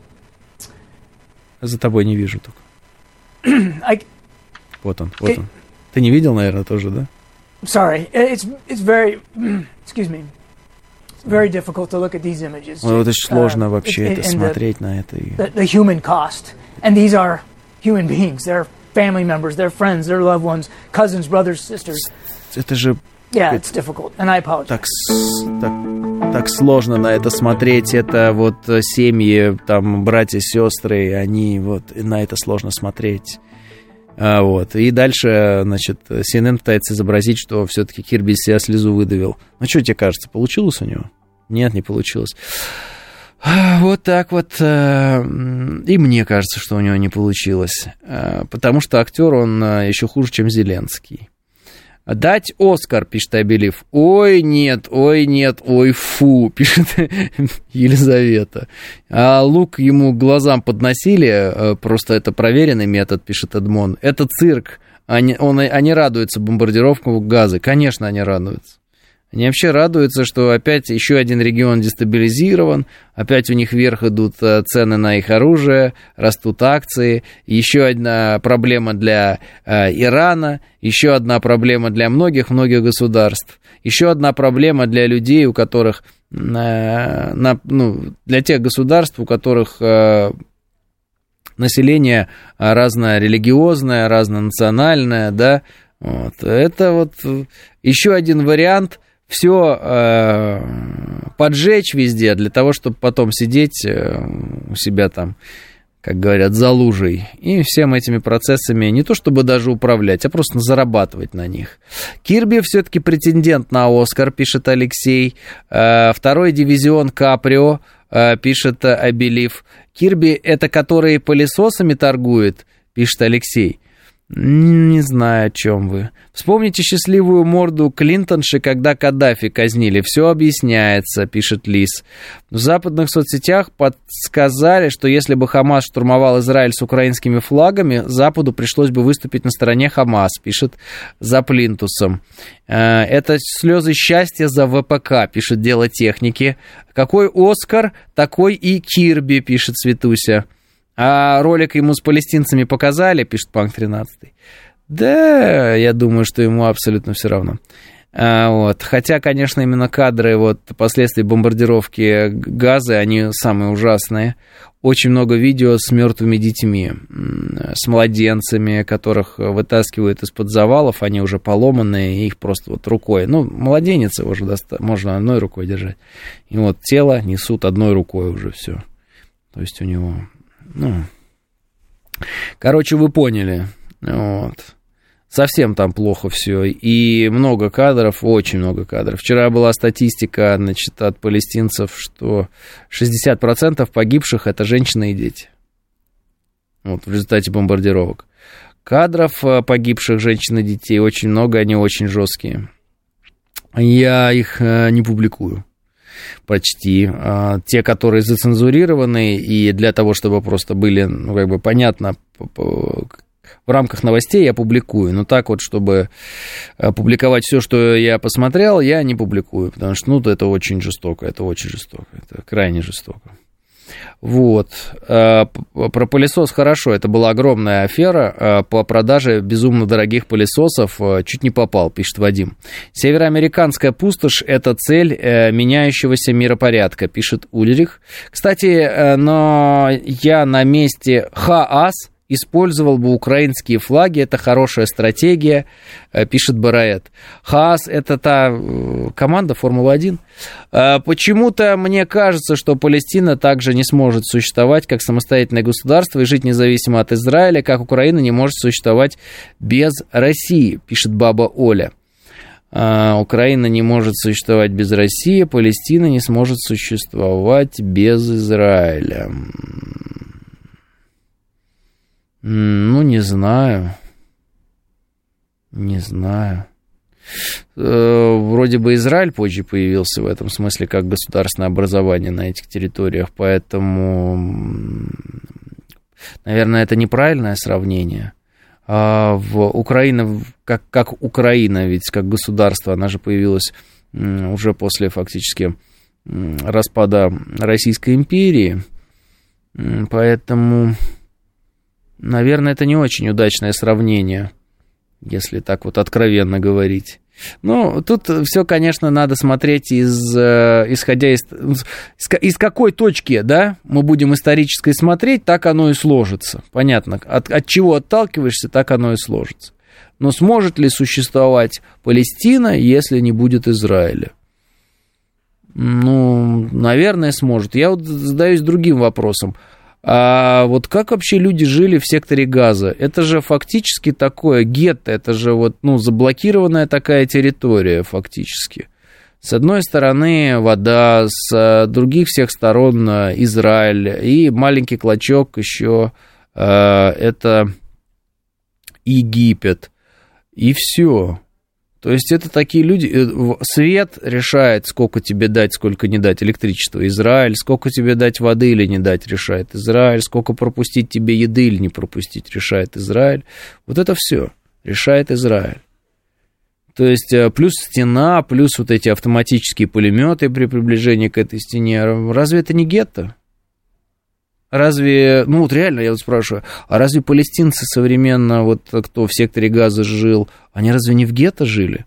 За тобой не вижу только. I... Вот он, вот It... он. Ты не видел, наверное, тоже, да? Sorry, it's it's very, excuse me, it's very difficult to look at these images. Вот очень сложно uh, вообще это смотреть the, на это. The, the human cost, and these are human beings. They're family members, they're friends, they're loved ones, cousins, brothers, sisters. Это же Yeah, it's difficult, and I apologize. Так, так, так сложно на это смотреть. Это вот семьи, там, братья, сестры, они вот на это сложно смотреть. А, вот. И дальше, значит, си эн эн пытается изобразить, что все-таки Кирби из себя слезу выдавил. Ну, что тебе кажется, получилось у него? Нет, не получилось. Вот так вот. И мне кажется, что у него не получилось. Потому что актер, он еще хуже, чем Зеленский. Дать Оскар, пишет Абелив. Ой, нет, ой, нет, ой, фу, пишет Елизавета. А лук ему к глазам подносили, просто это проверенный метод, пишет Эдмон. Это цирк, они, он, они радуются бомбардировкам газа. Конечно, они радуются. Они вообще радуются, что опять еще один регион дестабилизирован, опять у них вверх идут цены на их оружие, растут акции, еще одна проблема для э, Ирана, еще одна проблема для многих-многих государств, еще одна проблема для людей, у которых, э, на, ну, для тех государств, у которых э, население разнорелигиозное, разнонациональное, да, вот. Это вот еще один вариант все э, поджечь везде для того, чтобы потом сидеть э, у себя там, как говорят, за лужей, и всем этими процессами не то чтобы даже управлять, а просто зарабатывать на них. Кирби все-таки претендент на Оскар, пишет Алексей. Э, второй дивизион Каприо, э, пишет Абелив. Кирби это который пылесосами торгует, пишет Алексей. Не знаю, о чем вы. Вспомните счастливую морду Клинтонши, когда Каддафи казнили. Все объясняется, пишет Лис. В западных соцсетях подсказали, что если бы Хамас штурмовал Израиль с украинскими флагами, Западу пришлось бы выступить на стороне Хамас, пишет За Плинтусом. Это слезы счастья за ВПК, пишет Дело техники. Какой Оскар, такой и Кирби, пишет Светуся. А ролик ему с палестинцами показали, пишет Панк тринадцать. Да, я думаю, что ему абсолютно все равно. А, вот. Хотя, конечно, именно кадры вот, последствий бомбардировки Газы, они самые ужасные. Очень много видео с мертвыми детьми, с младенцами, которых вытаскивают из-под завалов, они уже поломанные, и их просто вот рукой. Ну, младенец его же доста- можно одной рукой держать. И вот тело несут одной рукой уже все. То есть у него... Ну, короче, вы поняли, вот. Совсем там плохо все, и много кадров, очень много кадров. Вчера была статистика, значит, от палестинцев, что шестьдесят процентов погибших это женщины и дети, вот, в результате бомбардировок. Кадров погибших женщин и детей очень много, они очень жесткие. Я их не публикую. Почти. Те, которые зацензурированы, и для того, чтобы просто были, ну, как бы понятно, в рамках новостей я публикую. Но так вот, чтобы публиковать все, что я посмотрел, я не публикую, потому что, ну, это очень жестоко, это очень жестоко, это крайне жестоко. Вот. Про пылесос хорошо, это была огромная афера по продаже безумно дорогих пылесосов, чуть не попал, пишет Вадим. Североамериканская пустошь – это цель меняющегося миропорядка, пишет Ульрих. Кстати, но я на месте ХААС использовал бы украинские флаги, это хорошая стратегия, пишет Бараэт. ХААС – это та команда Формулы один. Почему-то мне кажется, что Палестина также не сможет существовать как самостоятельное государство и жить независимо от Израиля, как Украина не может существовать без России, пишет Баба Оля. Украина не может существовать без России, Палестина не сможет существовать без Израиля. Ну, не знаю. Не знаю. Вроде бы Израиль позже появился в этом смысле как государственное образование на этих территориях, поэтому, наверное, это неправильное сравнение. А в Украина, как, как Украина, ведь как государство, она же появилась уже после фактически распада Российской империи, поэтому... Наверное, это не очень удачное сравнение, если так вот откровенно говорить. Ну, тут все, конечно, надо смотреть из, исходя из, из какой точки, да, мы будем исторической смотреть, так оно и сложится. Понятно, от, от чего отталкиваешься, так оно и сложится. Но сможет ли существовать Палестина, если не будет Израиля? Ну, наверное, сможет. Я вот задаюсь другим вопросом. А вот как вообще люди жили в секторе Газа? Это же фактически такое гетто, это же вот, ну, заблокированная такая территория фактически. С одной стороны вода, с других всех сторон Израиль, и маленький клочок еще э, это Египет, и все. То есть это такие люди, свет решает, сколько тебе дать, сколько не дать электричества, Израиль, сколько тебе дать воды или не дать, решает Израиль, сколько пропустить тебе еды или не пропустить, решает Израиль. Вот это все решает Израиль. То есть плюс стена, плюс вот эти автоматические пулеметы при приближении к этой стене. Разве это не гетто? Разве, ну вот реально, я вот спрашиваю, а разве палестинцы современно, вот кто в секторе Газа жил, они разве не в гетто жили?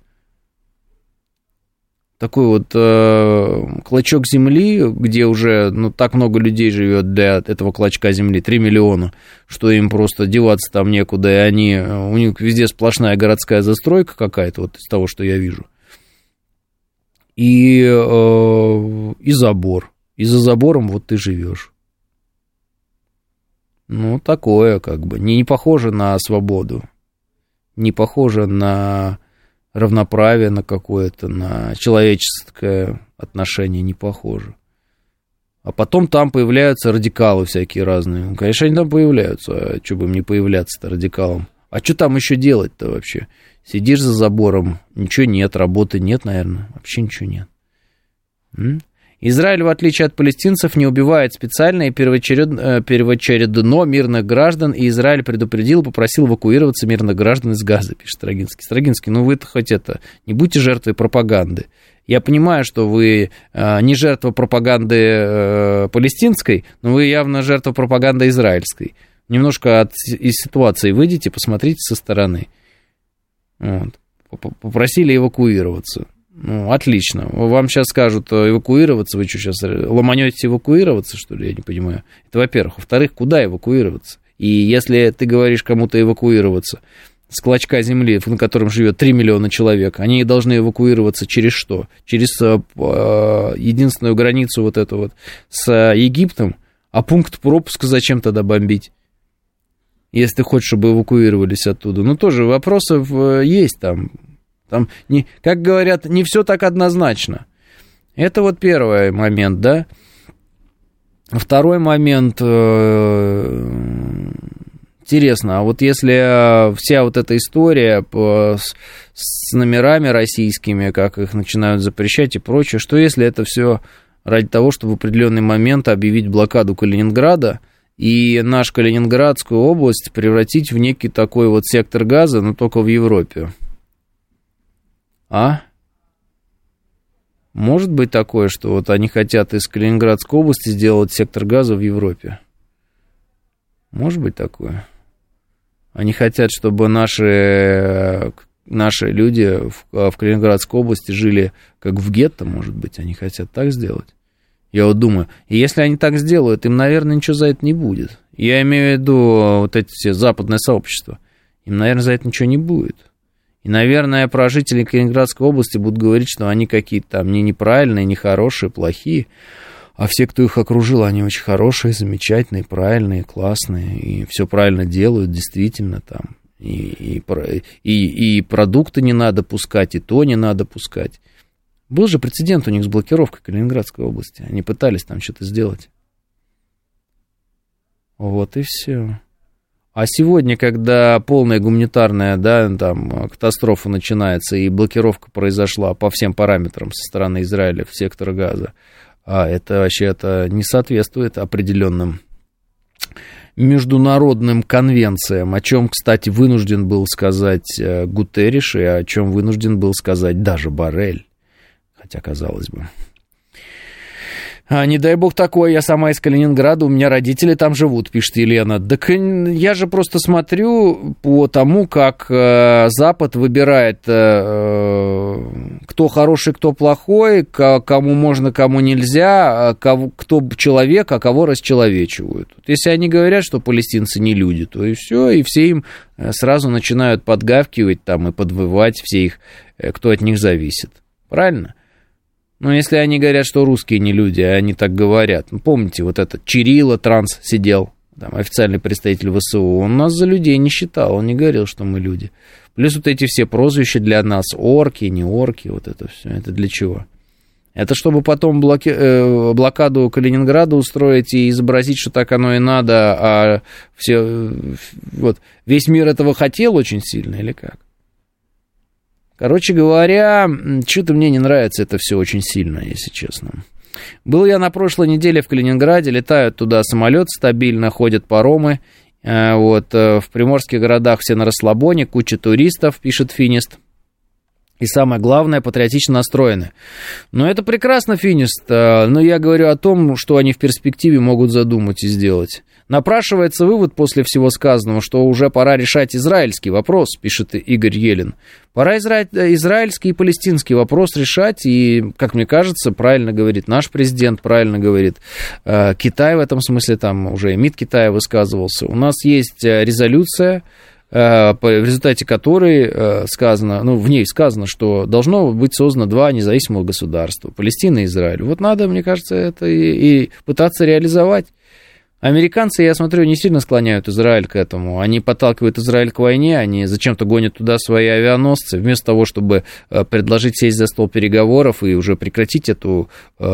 Такой вот э, клочок земли, где уже ну, так много людей живет для этого клочка земли, три миллиона, что им просто деваться там некуда, и они, у них везде сплошная городская застройка какая-то, вот из того, что я вижу. И, э, и забор. И за забором вот ты живешь. Ну, такое как бы. Не, не похоже на свободу. Не похоже на равноправие, на какое-то, на человеческое отношение. Не похоже. А потом там появляются радикалы всякие разные. Ну, конечно, они там появляются. А что бы им не появляться-то радикалам? А что там еще делать-то вообще? Сидишь за забором, ничего нет, работы нет, наверное. Вообще ничего нет. М? Израиль, в отличие от палестинцев, не убивает специально и первоочередно, первоочередно мирных граждан, и Израиль предупредил, попросил эвакуироваться мирных граждан из Газа, пишет Строгинский. Строгинский, ну вы-то хоть это, не будьте жертвой пропаганды. Я понимаю, что вы э, не жертва пропаганды э, палестинской, но вы явно жертва пропаганды израильской. Немножко от, из ситуации выйдите, посмотрите со стороны. Вот. Попросили эвакуироваться. Ну, отлично. Вам сейчас скажут эвакуироваться. Вы что, сейчас ломанетесь эвакуироваться, что ли? Я не понимаю. Это во-первых. Во-вторых, куда эвакуироваться? И если ты говоришь кому-то эвакуироваться с клочка земли, на котором живет три миллиона человек, они должны эвакуироваться через что? Через э, единственную границу вот эту вот с Египтом, а пункт пропуска зачем тогда бомбить? Если ты хочешь, чтобы эвакуировались оттуда. Ну, тоже вопросов есть там. Там, не, как говорят, не все так однозначно. Это вот первый момент, да. Второй момент, э, интересно, а вот если вся вот эта история по, с, с номерами российскими, как их начинают запрещать и прочее, что если это все ради того, чтобы в определенный момент объявить блокаду Калининграда и нашу Калининградскую область превратить в некий такой вот сектор Газа, но только в Европе? А? Может быть такое, что вот они хотят из Калининградской области сделать сектор Газа в Европе? Может быть такое? Они хотят, чтобы наши, наши люди в, в Калининградской области жили как в гетто, может быть, они хотят так сделать? Я вот думаю, и если они так сделают, им, наверное, ничего за это не будет. Я имею в виду вот эти все западное сообщество. Им, наверное, за это ничего не будет. И, наверное, про жителей Калининградской области будут говорить, что они какие-то там не неправильные, нехорошие, плохие. А все, кто их окружил, они очень хорошие, замечательные, правильные, классные. И все правильно делают, действительно там. И, и, и, и продукты не надо пускать, и то не надо пускать. Был же прецедент у них с блокировкой Калининградской области. Они пытались там что-то сделать. Вот и все. А сегодня, когда полная гуманитарная, да, там, катастрофа начинается, и блокировка произошла по всем параметрам со стороны Израиля в сектор Газа, а это вообще это не соответствует определенным международным конвенциям, о чем, кстати, вынужден был сказать Гутерриш, и о чем вынужден был сказать даже Боррель. Хотя, казалось бы. А, не дай бог такое, я сама из Калининграда, у меня родители там живут, пишет Елена. Так я же просто смотрю по тому, как э, Запад выбирает, э, кто хороший, кто плохой, к, кому можно, кому нельзя, кого, кто человек, а кого расчеловечивают. Если они говорят, что палестинцы не люди, то и все, и все им сразу начинают подгавкивать там и подвывать, все их, кто от них зависит. Правильно? Но если они говорят, что русские не люди, а они так говорят. Ну, помните, вот этот Чирилла Транс сидел, там, официальный представитель ВСУ, он нас за людей не считал, он не говорил, что мы люди. Плюс вот эти все прозвища для нас, орки, не орки, вот это все, это для чего? Это чтобы потом блоки... э, блокаду Калининграда устроить и изобразить, что так оно и надо, а все... вот, весь мир этого хотел очень сильно или как? Короче говоря, что-то мне не нравится это все очень сильно, если честно. Был я на прошлой неделе в Калининграде, летают туда самолет стабильно, ходят паромы. Вот, в приморских городах все на расслабоне, куча туристов, пишет Финист. И самое главное, патриотично настроены. Но это прекрасно, Финист, но я говорю о том, что они в перспективе могут задумать и сделать. Напрашивается вывод после всего сказанного, что уже пора решать израильский вопрос, пишет Игорь Елен. Пора изра... израильский и палестинский вопрос решать, и, как мне кажется, правильно говорит наш президент, правильно говорит э, Китай в этом смысле, там уже и МИД Китая высказывался. У нас есть резолюция, в результате которой сказано, ну, в ней сказано, что должно быть создано два независимых государства, Палестина и Израиль. Вот надо, мне кажется, это и, и пытаться реализовать. Американцы, я смотрю, не сильно склоняют Израиль к этому. Они подталкивают Израиль к войне, они зачем-то гонят туда свои авианосцы, вместо того, чтобы предложить сесть за стол переговоров и уже прекратить эту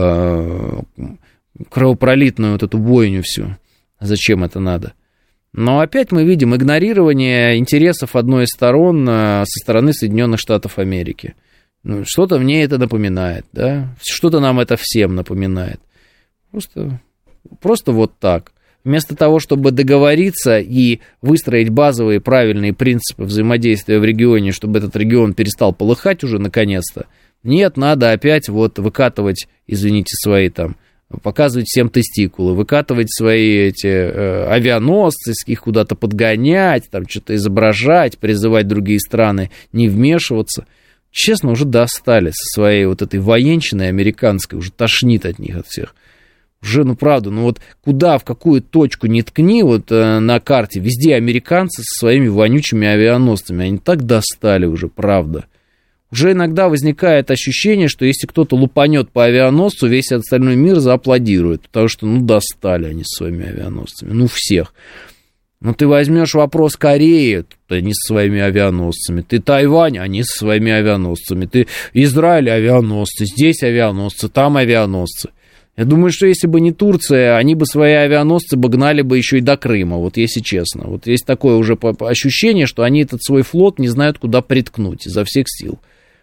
э, кровопролитную вот эту бойню всю. Зачем это надо? Но опять мы видим игнорирование интересов одной из сторон со стороны Соединенных Штатов Америки. Ну, что-то мне это напоминает, да? Что-то нам это всем напоминает. Просто, просто вот так. Вместо того, чтобы договориться и выстроить базовые правильные принципы взаимодействия в регионе, чтобы этот регион перестал полыхать уже наконец-то, нет, надо опять вот выкатывать, извините, свои там, показывать всем тестикулы, выкатывать свои эти э, авианосцы, их куда-то подгонять, там что-то изображать, призывать другие страны не вмешиваться. Честно, уже достали со своей вот этой военщиной американской, уже тошнит от них, от всех. Уже, ну правда, ну вот куда, в какую точку не ткни вот э, на карте, везде американцы со своими вонючими авианосцами, они так достали уже, правда. Уже иногда возникает ощущение, что если кто-то лупанет по авианосцу, весь остальной мир зааплодирует, потому что, ну, достали они со своими авианосцами, ну, всех. Ну, ты возьмешь вопрос Кореи, они со своими авианосцами, ты Тайвань, они со своими авианосцами, ты Израиль, авианосцы, здесь авианосцы, там авианосцы. Я думаю, что если бы не Турция, они бы свои авианосцы бы гнали бы еще и до Крыма, вот если честно. Вот есть такое уже ощущение, что они этот свой флот не знают, куда приткнуть изо всех сил.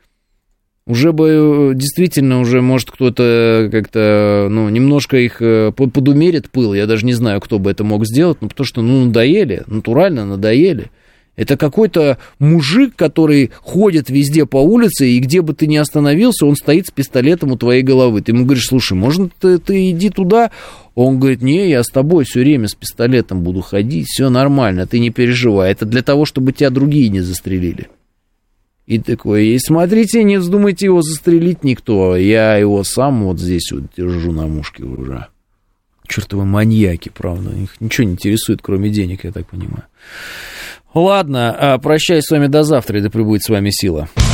Уже бы действительно, уже может кто-то как-то, ну, немножко их подумерит пыл, я даже не знаю, кто бы это мог сделать, ну, потому что, ну, надоели, натурально надоели. Это какой-то мужик, который ходит везде по улице, и где бы ты ни остановился, он стоит с пистолетом у твоей головы. Ты ему говоришь, слушай, можно ты, ты иди туда? Он говорит, не, я с тобой все время с пистолетом буду ходить, все нормально, ты не переживай. Это для того, чтобы тебя другие не застрелили. И такой, и смотрите, не вздумайте его застрелить никто, я его сам вот здесь вот держу на мушке уже. Чертовы маньяки, правда, их ничего не интересует, кроме денег, я так понимаю. Ладно, прощаюсь с вами до завтра, и да пребудет с вами сила.